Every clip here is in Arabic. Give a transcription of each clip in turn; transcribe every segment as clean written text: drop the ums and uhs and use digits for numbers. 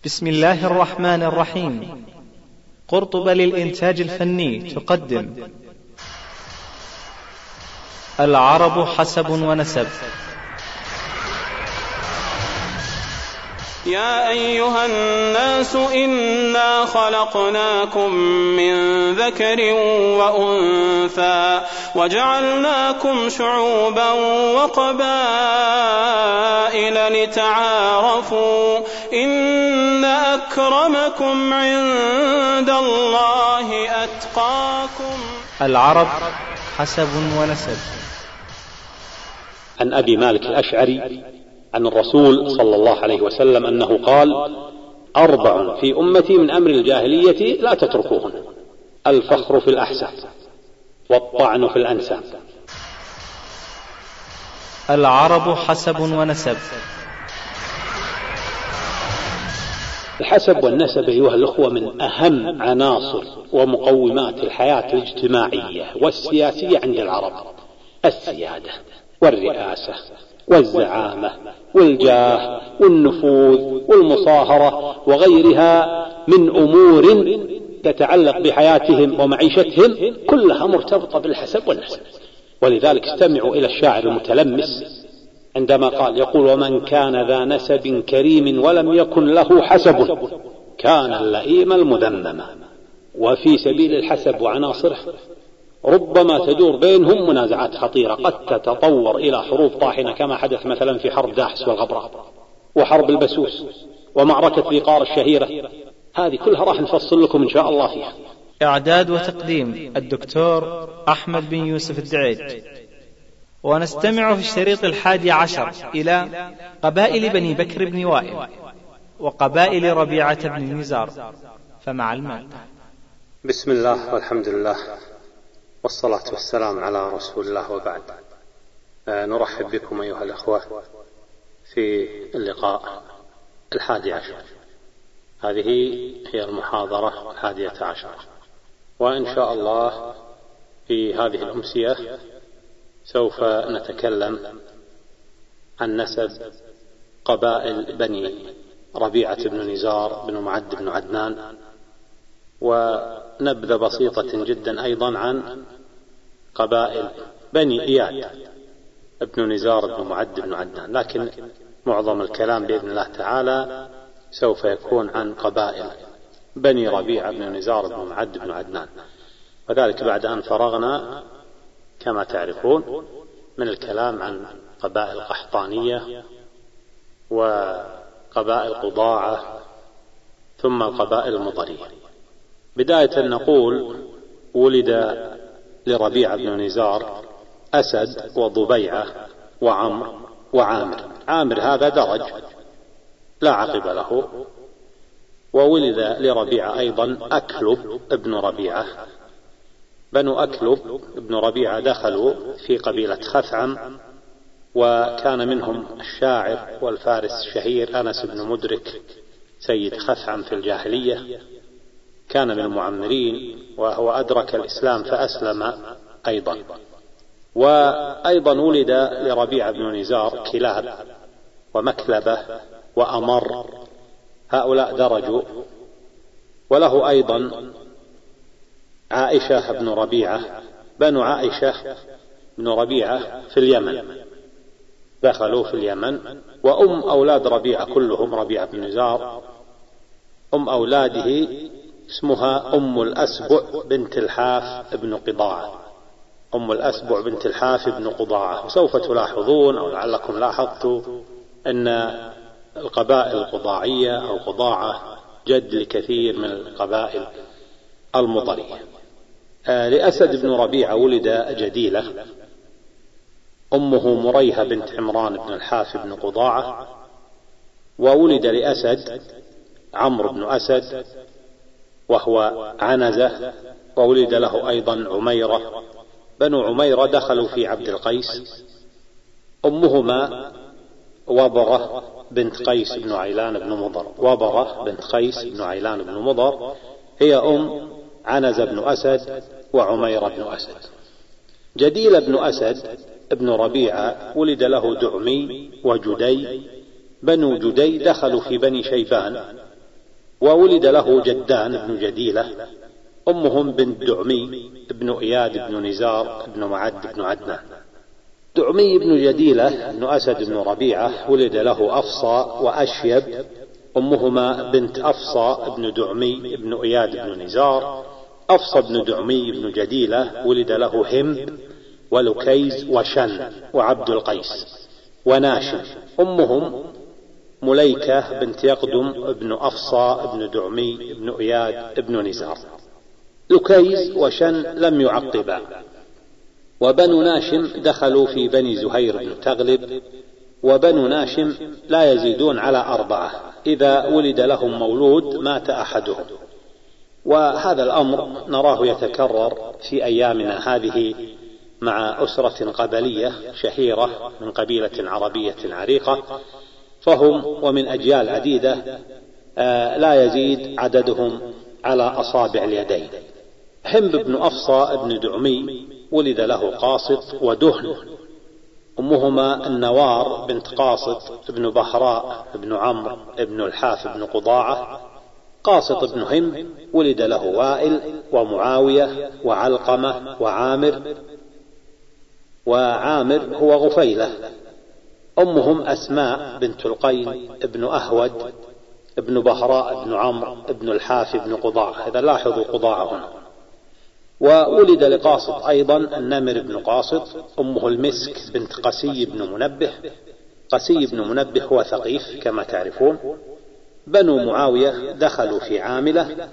بسم الله الرحمن الرحيم. قرطبة للإنتاج الفني تقدم العرب حسب ونسب. يا أيها الناس إنا خلقناكم من ذكر وأنثى وجعلناكم شعوبا وقبائل لتعارفوا إن أكرمكم عند الله أتقاكم. العرب حسب ونسب. عن أبي مالك الأشعري عن الرسول صلى الله عليه وسلم أنه قال: 4 في أمتي من أمر الجاهلية لا تتركوهن: الفخر في الأحساب، والطعن في الأنساب. العرب حسب ونسب. الحسب والنسب أيها الأخوة من أهم عناصر ومقومات الحياة الاجتماعية والسياسية عند العرب: السيادة والرئاسة والزعامة والجاه والنفوذ والمصاهرة وغيرها من أمور تتعلق بحياتهم ومعيشتهم، كلها مرتبطة بالحسب والنسب. ولذلك استمعوا إلى الشاعر المتلمس عندما قال يقول: ومن كان ذا نسب كريم ولم يكن له حسب كان اللئيم المذمم. وفي سبيل الحسب وعناصره ربما تدور بينهم منازعات خطيرة قد تتطور إلى حروب طاحنة، كما حدث مثلا في حرب داحس والغبراء وحرب البسوس ومعركة بيقار الشهيرة. هذه كلها راح نفصل لكم إن شاء الله فيها. إعداد وتقديم الدكتور أحمد بن يوسف الدعيج. ونستمع في الشريط 11 إلى قبائل بني بكر بن وائل وقبائل ربيعة بن نزار. فمع المادة. بسم الله والحمد لله والصلاة والسلام على رسول الله، وبعد. نرحب بكم أيها الأخوة في اللقاء 11. هذه هي المحاضرة 11، وإن شاء الله في هذه الأمسية سوف نتكلم عن نسب قبائل بني ربيعة بن نزار بن معد بن عدنان، ونبذة بسيطة جدا أيضا عن قبائل بني إياد ابن نزار بن معد بن عدنان، لكن معظم الكلام بإذن الله تعالى سوف يكون عن قبائل بني ربيعة بن نزار بن معد بن عدنان، وذلك بعد أن فرغنا كما تعرفون من الكلام عن قبائل قحطانية وقبائل قضاعة ثم القبائل المضرية. بداية نقول: ولد لربيعة بن نزار أسد وضبيعة وعمر وعامر. عامر هذا درج لا عقب له. وولد لربيعة أيضا أكلب ابن ربيعة. بنو أكلب ابن ربيعة دخلوا في قبيلة خثعم، وكان منهم الشاعر والفارس الشهير أنس بن مدرك سيد خثعم في الجاهلية، كان من المعمرين، وهو أدرك الإسلام فأسلم أيضا. وأيضا ولد لربيعة بن نزار كلاب ومكلبة وأمر، هؤلاء درجوا. وله أيضا عائشة بن ربيعة. بنو عائشة بن ربيعة في اليمن، دخلوا في اليمن. وأم أولاد ربيعة كلهم ربيعة بن نزار، أم أولاده اسمها أم الأسبع بنت الحاف ابن قضاعة. أم الأسبع بنت الحاف ابن قضاعة. وسوف تلاحظون أو لعلكم لاحظتوا أن القبائل القضاعية أو قضاعة جد لكثير من القبائل المضرية. لأسد بن ربيعة ولد جديلة، أمه مريهة بنت عمران بن الحاف بن قضاعة. وولد لأسد عمرو بن أسد وهو عنزة، وولد له أيضا عميرة. بنو عميرة دخلوا في عبد القيس. أمهما وبرة بنت قيس بن عيلان بن مضر. وبرة بنت قيس بن عيلان بن مضر هي أم عنزة بن أسد وعميرة بن أسد. جديل بن أسد ابن ربيعة ولد له دعمي وجدي. بنو جدي دخلوا في بني شيبان، وولد له جدان بن جديلة، أمهم بنت دعمي بن إياد بن نزار بن معد بن عدنان. دعمي بن جديلة بن أسد بن ربيعة ولد له أفصى وأشيب، أمهما بنت أفصى بن دعمي بن إياد بن نزار. أفصى بن دعمي بن جديلة ولد له همب ولكيز وشن وعبد القيس وناشم، أمهم مليكة بنت يقدم بن أفصى بن دعمي بن إياد بن نزار. لكيز وشن لم يعقبا. وبنو ناشم دخلوا في بني زهير بن تغلب، وبنو ناشم لا يزيدون على 4، إذا ولد لهم مولود مات أحدهم. وهذا الأمر نراه يتكرر في أيامنا هذه مع أسرة قبلية شهيرة من قبيلة عربية عريقة، فهم ومن أجيال عديدة لا يزيد عددهم على أصابع اليدين. حمب بن أفصى بن دعمي ولد له قاسط ودهن، أمهما النوار بنت قاسط بن بحراء بن عمرو بن الحاف بن قضاعة. قاسط بن حمب ولد له وائل ومعاوية وعلقمة وعامر هو غفيلة. أمهم أسماء بنت القين بن أهود بن بحراء بن عمرو بن الحاف بن قضاعة. إذا لاحظوا قضاعة هنا. وولد لقاسط أيضا النمر بن قاسط، أمه المسك بنت قسي بن منبه. قسي بن منبه هو ثقيف كما تعرفون. بنو معاوية دخلوا في عاملة،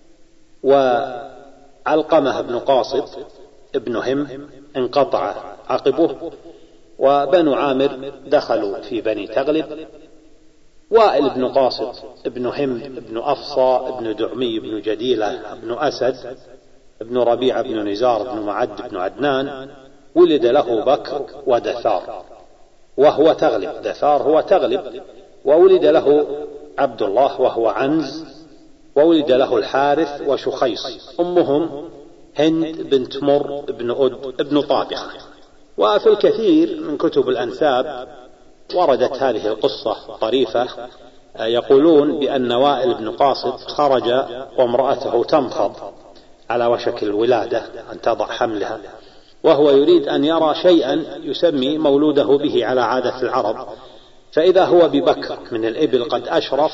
وعلقمة بن قاسط ابن هم انقطع عقبه، وبنو عامر دخلوا في بني تغلب. وائل بن قاسط ابن هم ابن أفصى ابن دعمي بن جديلة ابن أسد ابن ربيعة بن نزار بن معد بن عدنان ولد له بكر ودثار وهو تغلب. دثار هو تغلب. وولد له عبد الله وهو عنز، وولد له الحارث وشخيص، أمهم هند بنت مر بن أد بن طابخة. وفي الكثير من كتب الأنساب وردت هذه القصة طريفة، يقولون بأن وائل بن قاسط خرج وامرأته تمخض على وشك الولادة أن تضع حملها، وهو يريد أن يرى شيئا يسمي مولوده به على عادة العرب، فإذا هو ببكر من الإبل قد أشرف،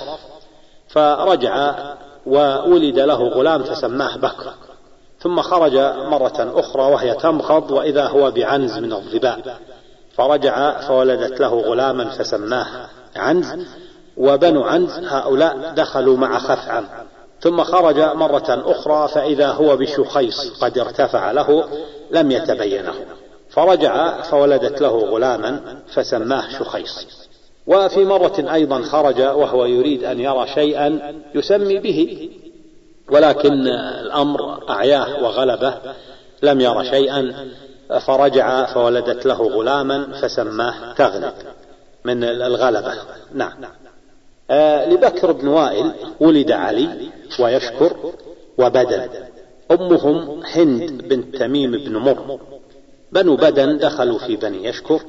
فرجع وولد له غلام فسماه بكر. ثم خرج مرة أخرى وهي تمخض وإذا هو بعنز من الظباء، فرجع فولدت له غلاما فسماه عنز. وبنو عنز هؤلاء دخلوا مع خثعم، ثم خرج مرة أخرى فإذا هو بشخيص قد ارتفع له لم يتبينه، فرجع فولدت له غلاما فسماه شخيص. وفي مرة أيضا خرج وهو يريد أن يرى شيئا يسمي به، ولكن الأمر أعياه وغلبه لم يرى شيئا، فرجع فولدت له غلاما فسماه تغلب من الغلبة. نعم. لبكر بن وائل ولد علي ويشكر وبدن، أمهم هند بنت تميم بن مر. بنو بدن دخلوا في بني يشكر.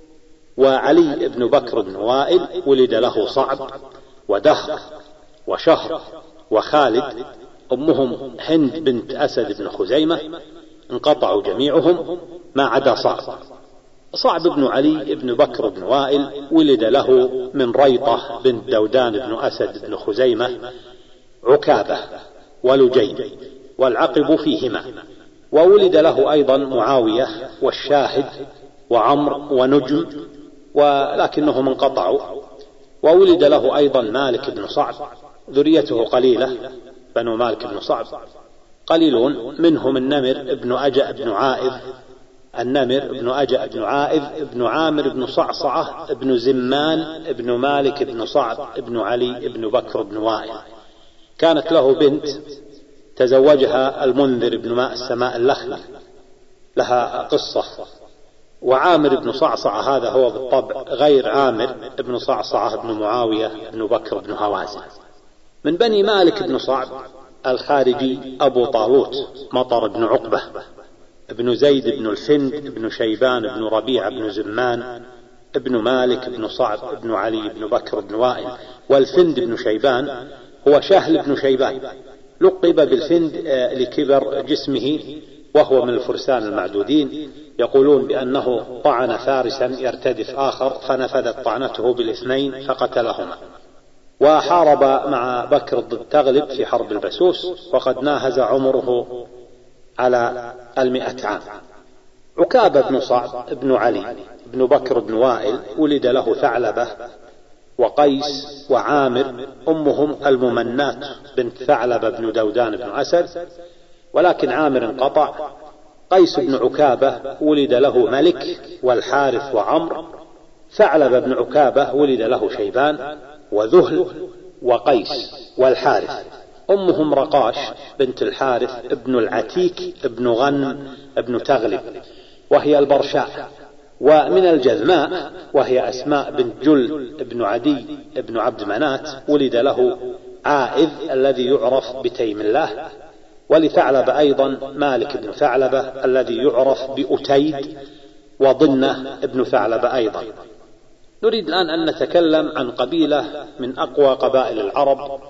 وعلي بن بكر بن وائل ولد له صعب ودهر وشهر وخالد، أمهم هند بنت أسد بن خزيمة، انقطعوا جميعهم ما عدا صعب. صعب بن علي بن بكر بن وائل ولد له من ريطة بنت دودان بن أسد بن خزيمة عكابة ولجين، والعقب فيهما. وولد له أيضا معاوية والشاهد وعمر ونجم، ولكنهم انقطعوا. وولد له أيضا مالك بن صعب، ذريته قليلة، بنو مالك بن صعب قليلون، منهم النمر بن أجأ بن عائذ، النمر بن أجأ بن عائذ بن عامر بن صعصعة بن زمان بن مالك بن صعب بن علي بن بكر بن وائل. كانت له بنت تزوجها المنذر بن ماء السماء اللخمي، لها قصة. وعامر بن صعصعة هذا هو بالطبع غير عامر بن صعصعة بن معاوية بن بكر بن هوازن. من بني مالك بن صعب الخارجي أبو طالوت مطر بن عقبة ابن زيد بن الفند بن شيبان بن ربيع بن زمان ابن مالك بن صعب بن علي بن بكر بن وائل. والفند بن شيبان هو شهل بن شيبان، لقب بالفند لكبر جسمه، وهو من الفرسان المعدودين. يقولون بأنه طعن فارسا يرتدف آخر فنفذت طعنته بالاثنين فقتلهما. وحارب مع بكر ضد تغلب في حرب البسوس، وقد ناهز عمره على 100 عام. عكابة بن صعب بن علي بن بكر بن وائل ولد له ثعلبة وقيس وعامر، أمهم الممنات بنت ثعلبة بن دودان بن أسد، ولكن عامر انقطع. قيس بن عكابة ولد له ملك والحارث وعمر. ثعلبة بن عكابة ولد له شيبان وذهل وقيس والحارث، أمهم رقاش بنت الحارث ابن العتيك ابن غنم ابن تغلب وهي البرشاء. ومن الجذماء وهي أسماء بنت جل ابن عدي ابن عبد منات ولد له عائذ الذي يعرف بتيم الله. ولثعلبة أيضا مالك بن ثعلبة الذي يعرف بأتيد، وضنة ابن ثعلبة أيضا. نريد الآن أن نتكلم عن قبيلة من أقوى قبائل العرب،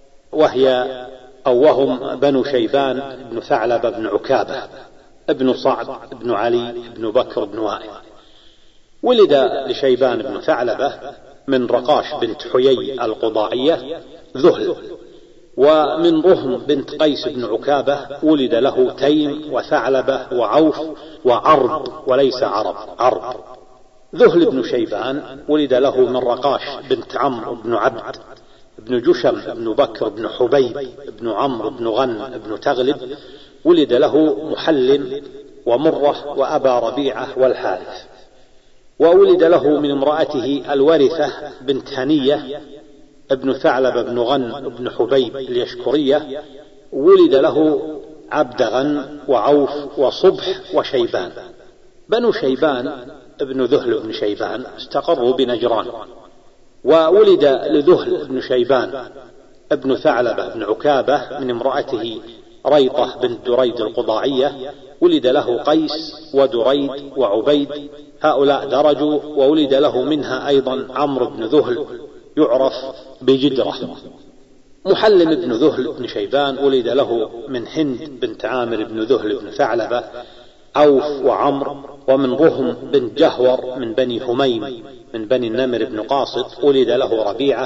وهم بنو شيبان بن ثعلبة بن عكابة ابن صعب بن علي بن بكر بن وائل. ولد لشيبان بن ثعلبة من رقاش بنت حيي القضاعية ذهل. ومن رهم بنت قيس بن عكابة ولد له تيم وثعلبة وعوف وعرب وليس عرب. ذهل بن شيبان ولد له من رقاش بنت عمرو بن عبد بن جشم بن بكر بن حبيب بن عمرو بن غنم بن تغلب، ولد له محلم ومرة وأبا ربيعة والحارث. وولد له من امرأته الورثة بنت هنية ابن ثعلبة بن غن بن حبيب اليشكرية، ولد له عبد غن وعوف وصبح وشيبان. بنو شيبان ابن ذهل بن شيبان استقروا بنجران. وولد لذهل بن شيبان ابن ثعلبة بن عكابة من امرأته ريطة بنت دريد القضاعية، ولد له قيس ودريد وعبيد، هؤلاء درجوا. وولد له منها أيضا عمرو بن ذهل يعرف بجدرة. محلم بن ذهل بن شيبان ولد له من هند بنت عامر بن ذهل بن ثعلبة عوف وعمر. ومن رهم بن جهور من بني هميم من بني النمر بن قاصد ولد له ربيعة.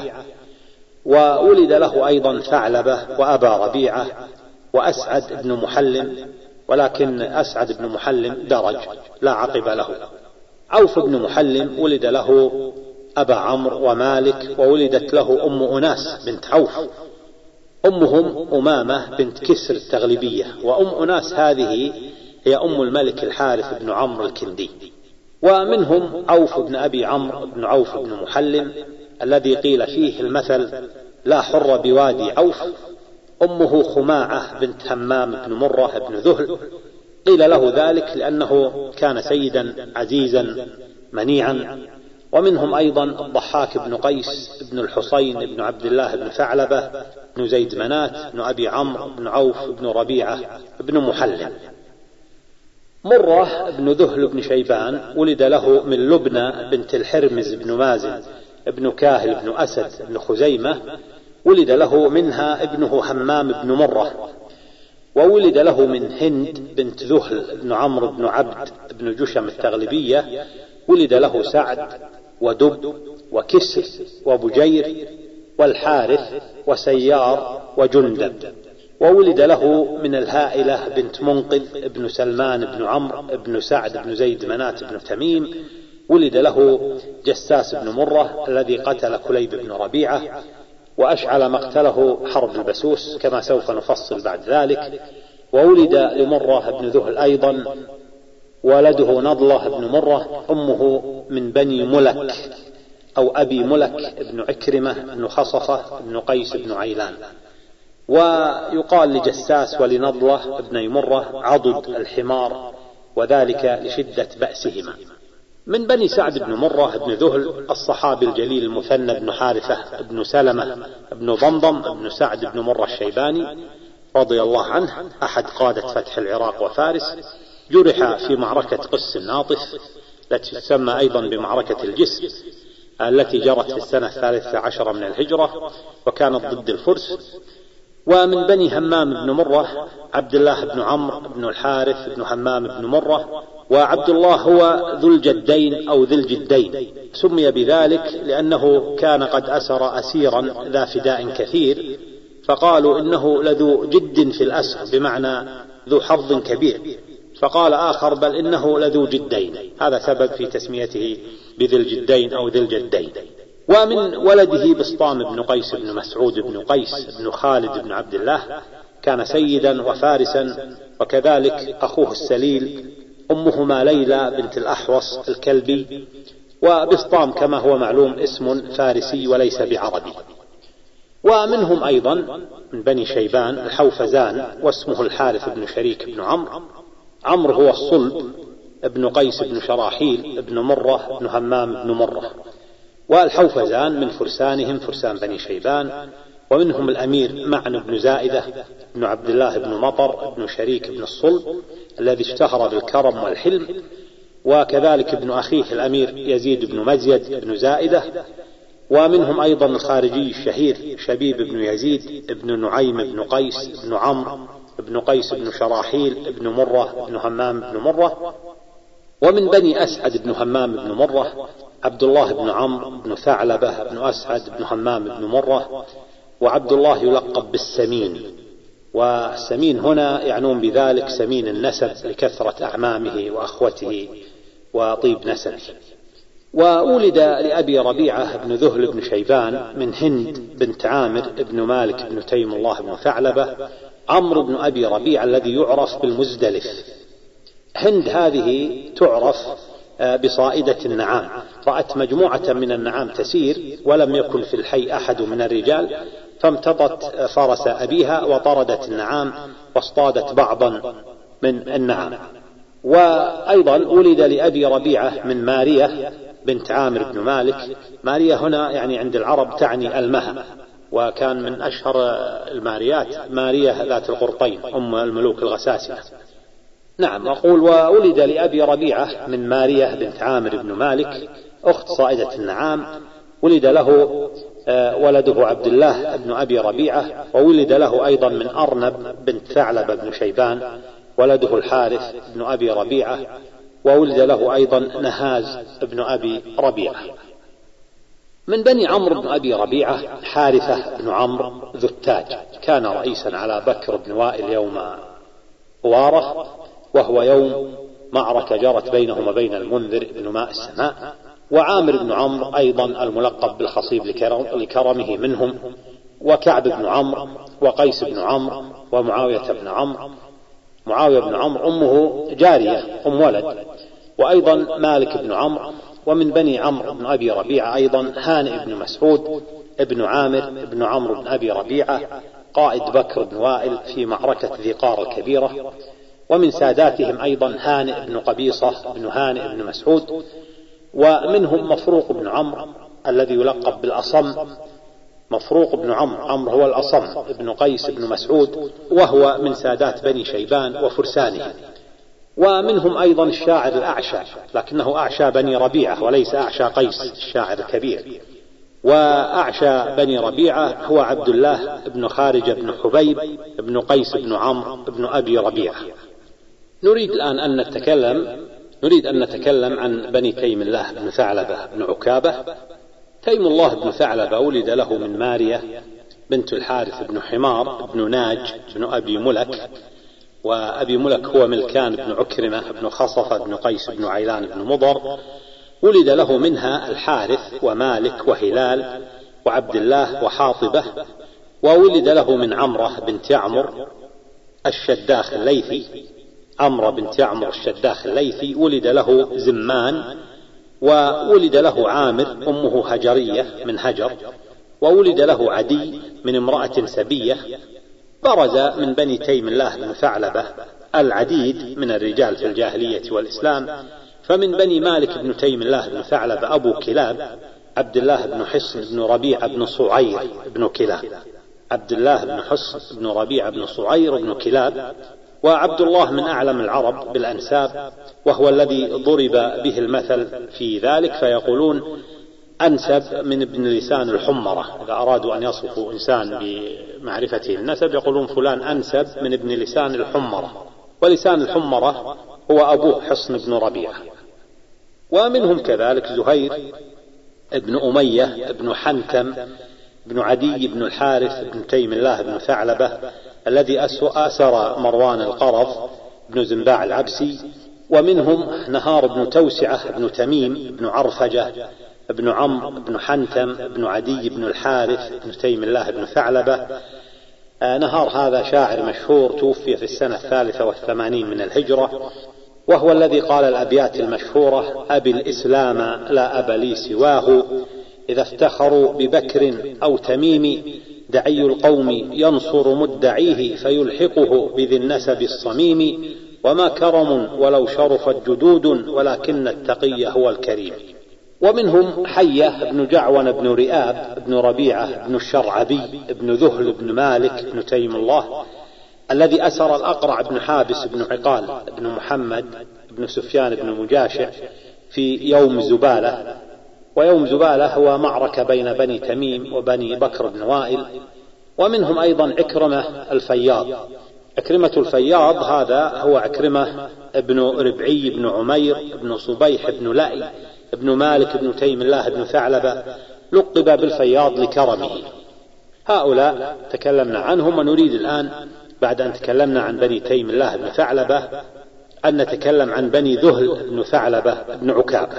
وولد له أيضا ثعلبة وأبا ربيعة وأسعد بن محلم، ولكن أسعد بن محلم درج لا عقب له. عوف بن محلم ولد له أبا عمرو ومالك. وولدت له أم أناس بنت عوف، أمهم أمامة بنت كسر التغلبية. وأم أناس هذه هي أم الملك الحارث بن عمرو الكندي. ومنهم عوف بن أبي عمرو بن عوف بن محلم الذي قيل فيه المثل لا حر بوادي عوف. أمه خماعة بنت همام بن مرة بن ذهل، قيل له ذلك لأنه كان سيدا عزيزا منيعا. ومنهم أيضا الضحاك بن قيس بن الحصين بن عبد الله بن ثعلبة بن زيد منات بن أبي عمرو بن عوف بن ربيعة بن محلم. مرة بن ذهل بن شيبان ولد له من لبنى بنت الحرمز بن مازن بن كاهل بن أسد بن خزيمة، ولد له منها ابنه همام بن مرة. وولد له من هند بنت ذهل بن عمرو بن عبد بن جشم التغلبية، ولد له سعد ودب وكسر وبجير والحارث وسيار وجندب. وولد له من الهائلة بنت منقذ بن سلمان بن عمرو بن سعد بن زيد منات بن تميم، ولد له جساس بن مرة الذي قتل كليب بن ربيعة وأشعل مقتله حرب البسوس كما سوف نفصل بعد ذلك. وولد لمرة بن ذهل أيضا، ولده نضلة بن مرة، أمه من بني ملك أو أبي ملك بن عكرمة بن خصفة بن قيس بن عيلان. ويقال لجساس ولنضلة ابن مرة عضد الحمار، وذلك لشدة بأسهما. من بني سعد بن مرة بن ذهل الصحابي الجليل المثنى بن حارثة بن سلمة بن ضمضم بن سعد بن مرة الشيباني رضي الله عنه، أحد قادة فتح العراق وفارس، جرح في معركة قس الناطف التي تسمى أيضا بمعركة الجسر، التي جرت في السنة 13 من الهجرة، وكانت ضد الفرس. ومن بني همام بن مرة عبد الله بن عمرو بن الحارث بن همام بن مرة، وعبد الله هو ذو الجدين أو ذي الجدين، سمي بذلك لأنه كان قد أسر أسيرا ذا فداء كثير، فقالوا إنه لذو جد في الأسر، بمعنى ذو حظ كبير، فقال آخر بل إنه لذو جدين، هذا سبب في تسميته بذي الجدين أو ذي الجدين. ومن ولده بسطام بن قيس بن مسعود بن قيس بن خالد بن عبد الله، كان سيدا وفارسا، وكذلك أخوه السليل، أمهما ليلى بنت الأحوص الكلبي. وبسطام كما هو معلوم اسم فارسي وليس بعربي. ومنهم أيضا من بني شيبان الحوفزان، واسمه الحارث بن شريك بن عمرو. عمرو هو الصلب ابن قيس بن شراحيل ابن مرة بن همام بن مرة. والحوفزان من فرسانهم فرسان بني شيبان. ومنهم الأمير معن بن زائدة بن عبد الله بن مطر بن شريك بن الصلب الذي اشتهر بالكرم والحلم، وكذلك ابن أخيه الأمير يزيد بن مزيد بن زائدة. ومنهم أيضا الخارجي الشهير شبيب بن يزيد بن نعيم بن قيس بن عمرو بن قيس بن شراحيل بن مرة بن همام بن مرة. ومن بني أسعد بن همام بن مرة عبد الله بن عمرو بن ثعلبة بن أسعد بن همام بن مرة. وعبد الله يلقب بالسمين، والسمين هنا يعنون بذلك سمين النسب لكثرة أعمامه وأخوته وطيب نسبه. وولد لأبي ربيعة بن ذهل بن شيبان من هند بنت عامر بن مالك بن تيم الله بن ثعلبة عمرو بن أبي ربيعة الذي يعرف بالمزدلف. هند هذه تعرف بصائدة النعام، رأت مجموعة من النعام تسير ولم يكن في الحي أحد من الرجال، فامتطت فرس أبيها وطردت النعام واصطادت بعضا من النعام. وأيضا ولد لأبي ربيعة من مارية بنت عامر بن مالك. مارية هنا يعني عند العرب تعني المها، وكان من أشهر الماريات مارية ذات القرطين أم الملوك الغساسنة. نعم أقول وولد لأبي ربيعة من مارية بنت عامر بن مالك أخت صائدة النعام. ولد له ولده عبد الله بن أبي ربيعة. وولد له أيضا من أرنب بنت ثعلبة بن شيبان ولده الحارث بن أبي ربيعة. وولد له أيضا نهاز بن أبي ربيعة. من بني عمرو بن أبي ربيعة حارثة بن عمرو ذو التاج، كان رئيسا على بكر بن وائل يوم واره، وهو يوم معركة جرت بينهم وبين المنذر بن ماء السماء. وعامر بن عمرو أيضا الملقب بالخصيب لكرمه منهم، وكعب بن عمرو وقيس بن عمرو ومعاوية بن عمرو. معاوية بن عمرو أمه جارية أم ولد. وأيضا مالك بن عمرو. ومن بني عمرو بن أبي ربيعة أيضا هانئ بن مسعود ابن عامر بن عمرو بن أبي ربيعة قائد بكر بن وائل في معركة ذي قار الكبيرة. ومن ساداتهم أيضا هانئ بن قبيصة بن هانئ بن مسعود. ومنهم مفروق بن عمرو الذي يلقب بالأصم. مفروق بن عمرو هو الأصم ابن قيس بن مسعود، وهو من سادات بني شيبان وفرسانهم. ومنهم أيضا الشاعر الأعشى، لكنه أعشى بني ربيعة وليس أعشى قيس الشاعر الكبير. وأعشى بني ربيعة هو عبد الله بن خارجة بن حبيب بن قيس بن عمرو بن أبي ربيعة. نريد الآن أن نتكلم عن بني تيم الله بن ثعلبة بن عكابة. تيم الله بن ثعلبة ولد له من مارية بنت الحارث بن حمار بن ناج بن أبي ملك. وأبي ملك هو ملكان بن عكرمة بن خصفة بن قيس بن عيلان بن مضر. ولد له منها الحارث ومالك وهلال وعبد الله وحاطبة. وولد له من عمرة بنت يعمر الشداخ الليثي. عمرة بنت يعمر الشداخ الليثي ولد له زمان. وولد له عامر أمه هجرية من هجر. وولد له عدي من امرأة سبية. برز من بني تيم الله بن ثعلبة العديد من الرجال في الجاهلية والإسلام. فمن بني مالك بن تيم الله بن ثعلبة أبو كلاب عبد الله بن حصن بن ربيع بن صعير بن كلاب. عبد الله بن حصن بن ربيع بن صعير بن كلاب. وعبد الله من أعلم العرب بالأنساب، وهو الذي ضرب به المثل في ذلك، فيقولون أنسب من ابن لسان الحمرة. إذا أرادوا أن يصفوا إنسان بمعرفته النسب يقولون فلان أنسب من ابن لسان الحمرة، ولسان الحمرة هو أبوه حصن بن ربيعة. ومنهم كذلك زهير ابن أمية ابن حنتم ابن عدي بن الحارث ابن تيم الله بن ثعلبة الذي أسر مروان القرظ ابن زنباع العبسي. ومنهم نهار بن توسعة ابن تميم ابن عرفجة ابن عمرو ابن حنتم ابن عدي بن الحارث ابن تيم الله بن ثعلبة. نهار هذا شاعر مشهور توفي في السنة 83 من الهجرة، وهو الذي قال الأبيات المشهورة: أبي الإسلام لا أب لي سواه، إذا افتخروا ببكر أو تميم، دعي القوم ينصر مدعيه فيلحقه بذي النسب الصميم، وما كرم ولو شرفت جدود، ولكن التقي هو الكريم. ومنهم حية بن جعون بن رئاب بن ربيعة بن الشرعبي بن ذهل بن مالك بن تيم الله الذي أسر الأقرع بن حابس بن عقال بن محمد بن سفيان بن مجاشع في يوم زبالة. ويوم زبالة هو معركة بين بني تميم وبني بكر بن وائل. ومنهم أيضا عكرمة الفياض. عكرمة الفياض هذا هو عكرمة ابن ربعي بن عمير بن صبيح بن لأي ابن مالك بن تيم الله بن ثعلبة، لقب بالفياض لكرمه. هؤلاء تكلمنا عنهم، ونريد الآن بعد أن تكلمنا عن بني تيم الله بن ثعلبة أن نتكلم عن بني ذهل بن ثعلبة بن عكابة.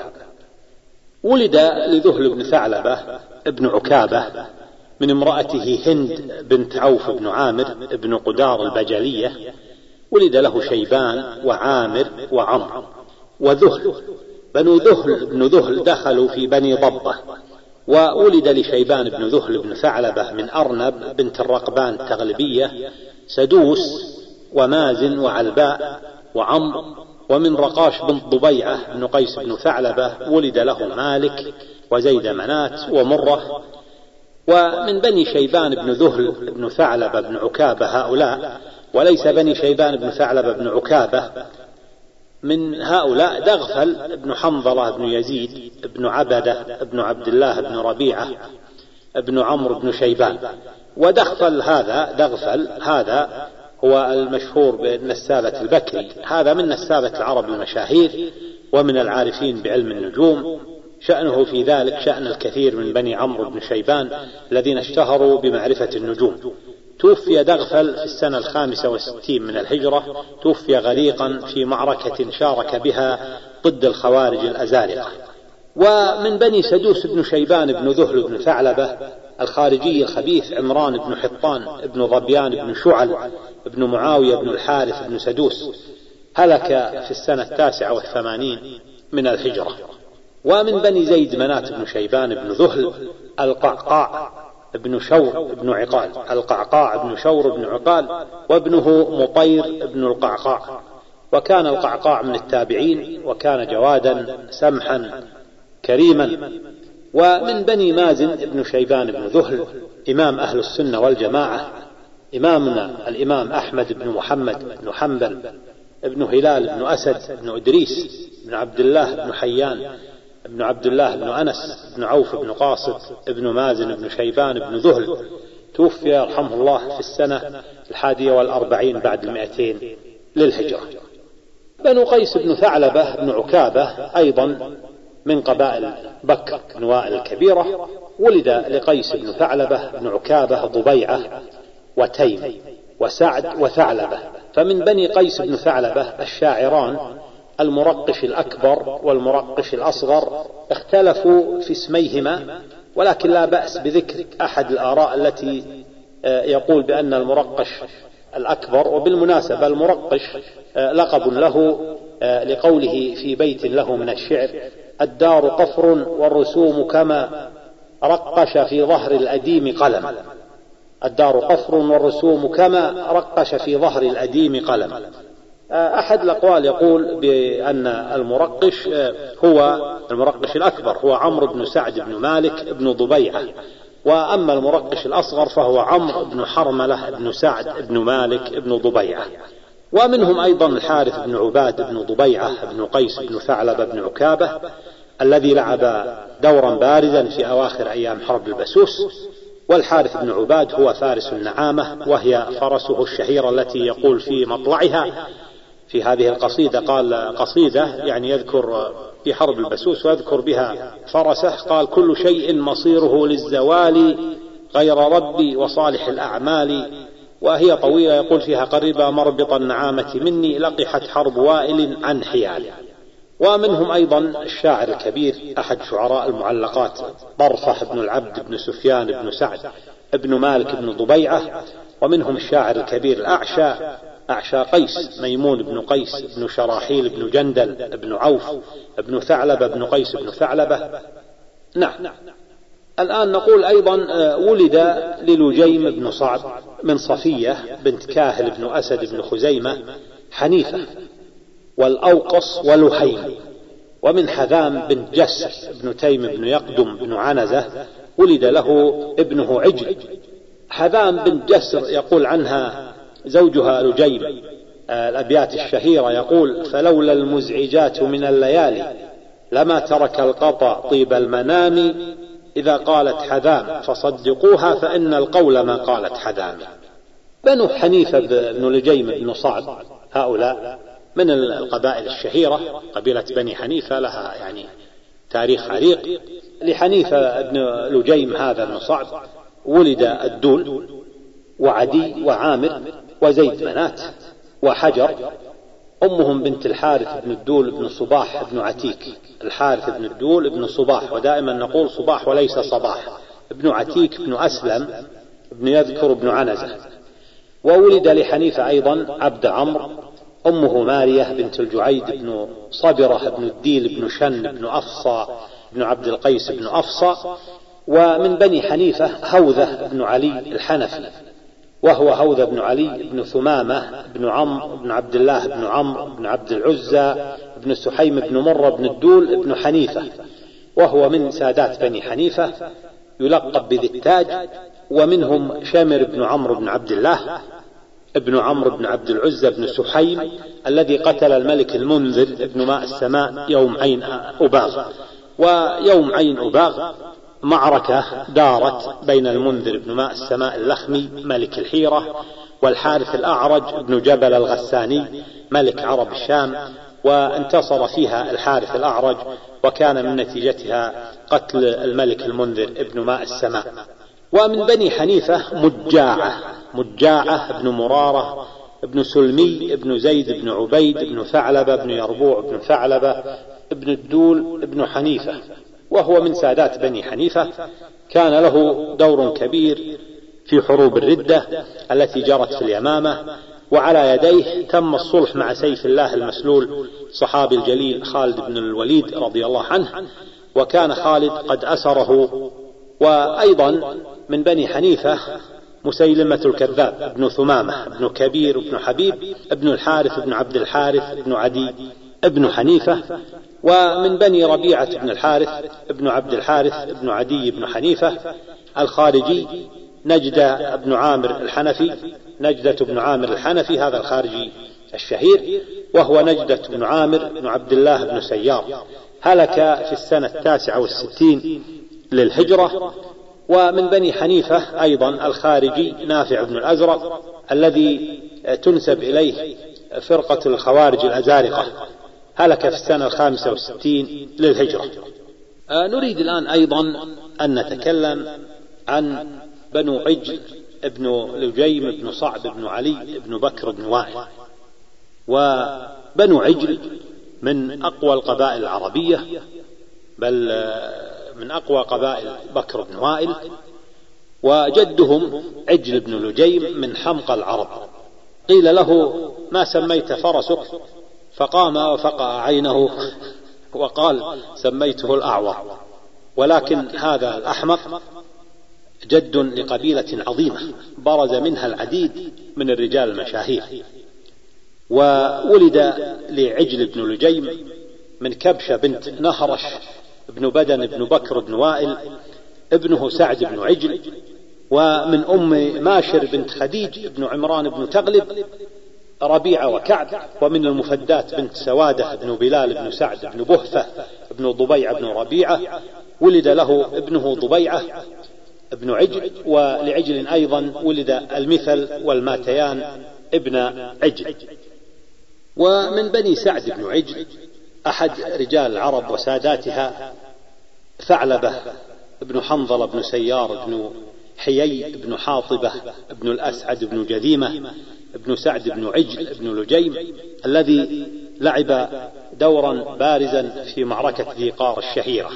ولد لذهل بن ثعلبة بن عكابة من امرأته هند بنت عوف بن عامر بن قدار البجلية. ولد له شيبان وعامر وعمر وذهل. بنو ذهل بن ذهل دخلوا في بني ضبة. وولد لشيبان بن ذهل بن ثعلبة من أرنب بنت الرقبان التغلبية سدوس ومازن وعلباء وعمر. ومن رقاش بن ضبيعة بن قيس بن ثعلبة ولد له مالك وزيد منات ومرة. ومن بني شيبان بن ذهل بن ثعلبة بن عكابة هؤلاء، وليس بني شيبان بن ثعلبة بن عكابة. من هؤلاء دغفل بن حنظلة بن يزيد بن عبدة بن عبد الله بن ربيعة بن عمرو بن شيبان. ودغفل هذا هو المشهور بالنسابة البكري. هذا من نسابة العرب المشاهير ومن العارفين بعلم النجوم، شأنه في ذلك شأن الكثير من بني عمرو بن شيبان الذين اشتهروا بمعرفة النجوم. توفي دغفل في السنة 65 من الهجرة، توفي غريقا في معركة شارك بها ضد الخوارج الأزارقة. ومن بني سدوس بن شيبان بن ذهل بن ثعلبة الخارجي الخبيث عمران بن حطان بن ظبيان بن شعل بن معاوية بن الحارث بن سدوس، هلك في السنة 89 من الهجرة. ومن بني زيد منات بن شيبان بن ذهل القعقاع بن شور بن عقال، القعقاع بن شور بن عقال، وابنه مطير بن القعقاع. وكان القعقاع من التابعين، وكان جوادا سمحا كريما. ومن بني مازن بن شيبان بن ذهل إمام أهل السنة والجماعة، إمامنا الإمام أحمد بن محمد بن حنبل ابن هلال بن أسد بن إدريس بن عبد الله بن حيان ابن عبد الله بن أنس بن عوف بن قاصد ابن مازن بن شيبان بن ذهل، توفي رحمه الله في السنة 41 بعد 200 للهجرة. بنو قيس بن ثعلبة بن عكابة أيضا من قبائل بكر بن وائل الكبيرة. ولد لقيس بن ثعلبة بن عكابة ضبيعة وتيم وسعد وثعلبة. فمن بني قيس بن ثعلبة الشاعران المرقش الأكبر والمرقش الأصغر، اختلفوا في اسميهما، ولكن لا بأس بذكر أحد الآراء التي يقول بأن المرقش الأكبر. وبالمناسبة المرقش لقب له لقوله في بيت له من الشعر: الدار قفر والرسوم كما رقش في ظهر الأديم قلم. الدار قفر والرسوم كما رقش في ظهر الأديم قلم. أحد الأقوال يقول بأن المرقش الأكبر هو عمرو بن سعد بن مالك بن ضبيعة، وأما المرقش الأصغر فهو عمرو بن حرملة بن سعد بن مالك بن ضبيعة. ومنهم أيضا الحارث بن عباد بن ضبيعة بن قيس بن ثعلبة بن عكابة. الذي لعب دورا بارزا في أواخر أيام حرب البسوس. والحارث بن عباد هو فارس النعامة، وهي فرسه الشهيرة التي يقول في مطلعها في هذه القصيدة، قال قصيدة يعني يذكر في حرب البسوس ويذكر بها فرسه، قال: كل شيء مصيره للزوال غير ربي وصالح الأعمال. وهي طويلة، يقول فيها: قريبا مربط النعامة مني لقحت حرب وائل عن حيال. ومنهم أيضا الشاعر الكبير أحد شعراء المعلقات طرفة بن العبد بن سفيان بن سعد بن مالك بن ضبيعة. ومنهم الشاعر الكبير الأعشى قيس ميمون بن قيس بن شراحيل بن جندل بن عوف بن ثعلبة بن قيس بن ثعلبة. نعم. الآن نقول أيضا ولد للجيم بن صعب من صفية بنت كاهل بن أسد بن خزيمة حنيفة والأوقص ولحيم. ومن حذام بن جسر بن تيم بن يقدم بن عنزة ولد له ابنه عجل. حذام بن جسر يقول عنها زوجها لجيم الأبيات الشهيرة، يقول: فلولا المزعجات من الليالي لما ترك القطع طيب المنام، إذا قالت حذام فصدقوها فإن القول ما قالت حذام. بنو حنيفة بن لجيم بن صعب هؤلاء من القبائل الشهيرة. قبيلة بني حنيفة لها يعني تاريخ عريق. لحنيفة بن لجيم هذا بن صعب ولد الدول وعدي وعامر وزيد منات وحجر. أمهم بنت الحارث بن الدول بن صباح بن عتيك. الحارث بن الدول بن صباح، ودائما نقول صباح وليس صباح، ابن عتيك بن أسلم بن يذكر بن عنزة. وولد لحنيفة أيضا عبد عمرو. أمه مارية بنت الجعيد بن صبرة بن الديل بن شن بن أفصى بن عبد القيس بن أفصى. ومن بني حنيفة هوذة بن علي الحنفي، وهو هوذة بن علي بن ثمامة بن عمرو بن عبد الله بن عمرو بن عبد العزى بن سحيم بن مرة بن الدول بن حنيفة، وهو من سادات بني حنيفة يلقب بذي التاج. ومنهم شامر بن عمرو بن عبد الله ابن عمرو بن عبد العزى بن سحيم الذي قتل الملك المنذر بن ماء السماء يوم عين أباغ. ويوم عين أباغ معركة دارت بين المنذر بن ماء السماء اللخمي ملك الحيرة والحارث الأعرج بن جبل الغساني ملك عرب الشام، وانتصر فيها الحارث الأعرج، وكان من نتيجتها قتل الملك المنذر ابن ماء السماء. ومن بني حنيفة مجاعة بن مرارة ابن سلمي ابن زيد بن عبيد ابن ثعلبة ابن يربوع ابن ثعلبة ابن الدول ابن حنيفة، وهو من سادات بني حنيفة. كان له دور كبير في حروب الردة التي جرت في اليمامة، وعلى يديه تم الصلح مع سيف الله المسلول صحابي الجليل خالد بن الوليد رضي الله عنه، وكان خالد قد أسره. وأيضا من بني حنيفة مسيلمة الكذاب ابن ثمامة ابن كبير ابن حبيب ابن الحارث ابن عبد الحارث ابن عدي ابن حنيفة. ومن بني ربيعة بن الحارث ابن عبد الحارث ابن عدي بن حنيفة الخارجي نجدة بن عامر الحنفي، هذا الخارجي الشهير، وهو نجدة بن عامر بن عبد الله بن سيار، هلك في السنة 69 للهجرة. ومن بني حنيفة أيضا الخارجي نافع بن الأزرق الذي تنسب إليه فرقة الخوارج الأزارقة، هلك في السنة 65 للهجرة. نريد الآن أيضا أن نتكلم عن بنو عجل ابن لجيم ابن صعب ابن علي ابن بكر بن وائل. وبنو عجل من أقوى القبائل العربية، بل من أقوى قبائل بكر بن وائل. وجدهم عجل بن لجيم من حمقى العرب. قيل له: ما سميت فرسك؟ فقام وفقع عينه وقال: سميته الأعور. ولكن هذا الأحمق جد لقبيلة عظيمة برز منها العديد من الرجال المشاهير. وولد لعجل بن لجيم من كبشة بنت نهرش ابن بدن ابن بكر بن وائل ابنه سعد بن عجل، ومن أم ماشر بنت خديج ابن عمران بن تغلب ربيعة وكعب، ومن المفدات بنت سوادة بن بلال بن سعد بن بهفة بن ضبيعة بن ربيعة، ولد له ابنه ضبيعة ابن عجل، ولعجل أيضا ولد المثل والماتيان ابن عجل. ومن بني سعد بن عجل أحد رجال العرب وساداتها ثعلبة ابن حنظلة بن سيار بن حيي بن حاطبة بن الأسعد بن جذيمة ابن سعد بن عجل بن لجيم، الذي لعب دورا بارزا في معركة ذي قار الشهيرة.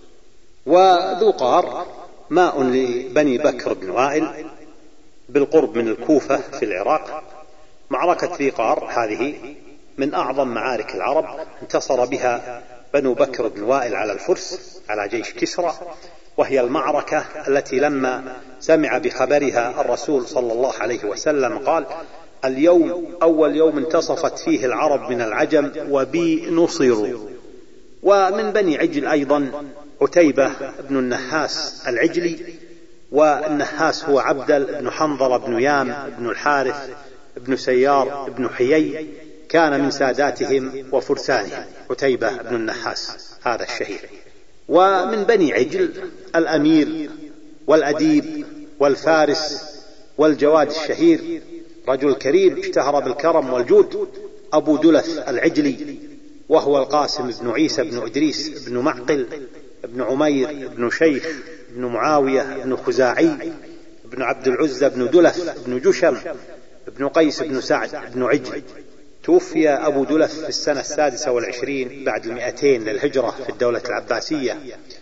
وذو قار ماء لبني بكر بن وائل بالقرب من الكوفة في العراق. معركة ذي قار هذه من أعظم معارك العرب، انتصر بها بنو بكر بن وائل على الفرس على جيش كسرى، وهي المعركة التي لما سمع بخبرها الرسول صلى الله عليه وسلم قال: اليوم أول يوم انتصفت فيه العرب من العجم وبي نصروا. ومن بني عجل أيضا عتيبة بن النهاس العجلي، والنهاس هو عبدل بن حنظلة بن يام بن الحارث بن سيار بن حيي، كان من ساداتهم وفرسانهم عتيبة بن النحاس هذا الشهير. ومن بني عجل الأمير والأديب والفارس والجواد الشهير، رجل كريم اشتهر بالكرم والجود، أبو دلث العجلي، وهو القاسم بن عيسى بن إدريس بن معقل بن عمير بن شيخ بن معاوية بن خزاعي بن عبد العزى بن دلث بن جشم بن قيس بن سعد بن عجل. توفي أبو دلث في السنة 26 بعد 200 للهجرة في الدولة العباسية.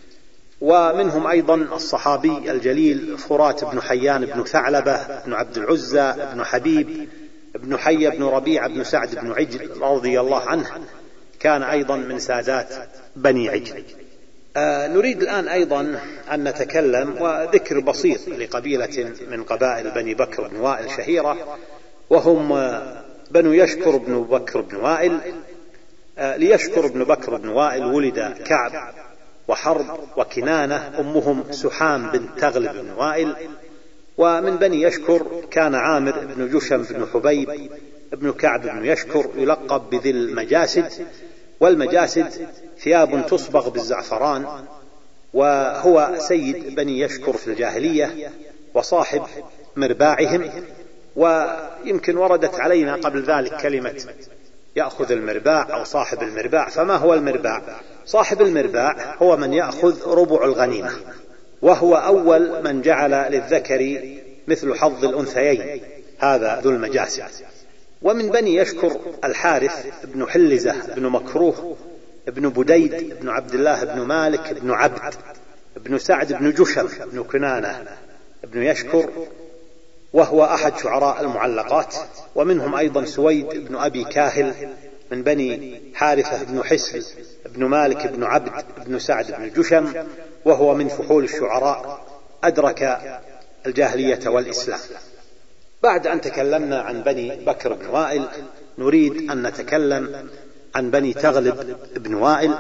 ومنهم أيضا الصحابي الجليل فرات بن حيان بن ثعلبة بن عبد العزى بن حبيب بن حي بن ربيع بن سعد بن عجل رضي الله عنه، كان أيضا من سادات بني عجل. نريد الآن أيضا أن نتكلم وذكر بسيط لقبيلة من قبائل بني بكر بن وائل شهيرة، وهم بنو يشكر بن بكر بن وائل. ليشكر بن بكر بن وائل ولد كعب وحرب وكنانة، أمهم سحام بن تغلب بن وائل. ومن بني يشكر كان عامر بن جشم بن حبيب ابن كعب بن يشكر، يلقب بذي المجاسد. والمجاسد ثياب تصبغ بالزعفران، وهو سيد بني يشكر في الجاهلية وصاحب مرباعهم. ويمكن وردت علينا قبل ذلك كلمة يأخذ المرباع أو صاحب المرباع. فما هو المرباع؟ صاحب المرباع هو من يأخذ ربع الغنيمة، وهو أول من جعل للذكر مثل حظ الأنثيين، هذا ذو المجاسد. ومن بني يشكر الحارث بن حلزة بن مكروه بن بديد بن عبد الله بن مالك بن عبد بن سعد بن جشم بن كنانة بن يشكر، وهو أحد شعراء المعلقات. ومنهم أيضا سويد بن أبي كاهل من بني حارثة بن حسل بن مالك بن عبد بن سعد بن جشم، وهو من فحول الشعراء، أدرك الجاهلية والإسلام. بعد أن تكلمنا عن بني بكر بن وائل، نريد أن نتكلم عن بني تغلب بن وائل.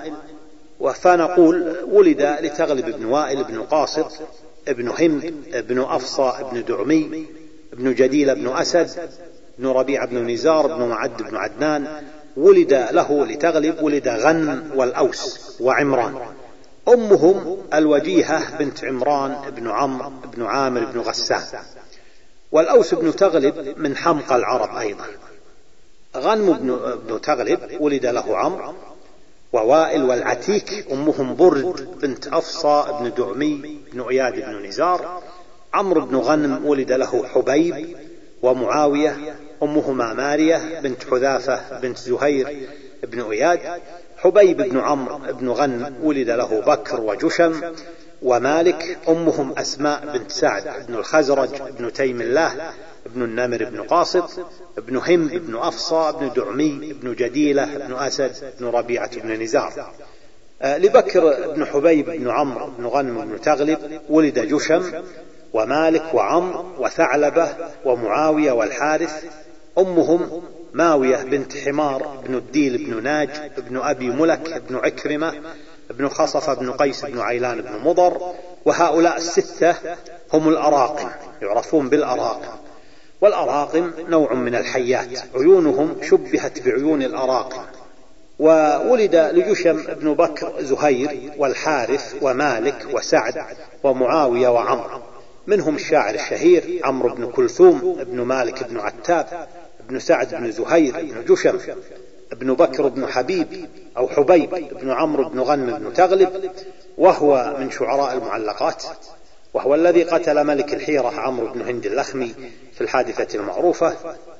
فنقول ولد لتغلب بن وائل بن قاصر ابن هم ابن أفصى ابن دعمي ابن جديل ابن أسد ابن ربيع ابن نزار ابن معد ابن عدنان. ولد له لتغلب ولد غنم والأوس وعمران. أمهم الوجيهة بنت عمران ابن عمرو ابن عامر ابن غسان. والأوس بن تغلب من حمقى العرب أيضا. غنم بن تغلب ولد له عمرو ووائل والعتيك. أمهم برد بنت أفصى بن دعمي بن عياد بن نزار. عمرو بن غنم ولد له حبيب ومعاوية. أمهما مارية بنت حذافة بنت زهير بن عياد. حبيب بن عمرو بن غنم ولد له بكر وجشم ومالك. أمهم أسماء بنت سعد بن الخزرج بن تيم الله بن النمر بن قاصد بن هم بن أفصى بن دعمي بن جديلة بن أسد بن ربيعة بن نزار. لبكر بن حبيب بن عمرو بن غنم بن تغلب ولد جشم ومالك وعمرو وثعلبة ومعاوية والحارث. أمهم ماوية بنت حمار بن الديل بن ناج بن أبي ملك بن عكرمة بن خصف بن قيس بن عيلان بن مضر. وهؤلاء الستة هم الأراقم، يعرفون بالأراقم. والأراقم نوع من الحيات، عيونهم شبهت بعيون الأراقم، وولد لجشم بن بكر زهير والحارث ومالك وسعد ومعاوية وعمرو، منهم الشاعر الشهير عمرو بن كلثوم بن مالك بن عتاب بن سعد بن زهير بن جشم بن بكر بن حبيب أو حبيب بن عمرو بن غنم بن تغلب، وهو من شعراء المعلقات، وهو الذي قتل ملك الحيرة عمرو بن هند اللخمي في الحادثة المعروفة.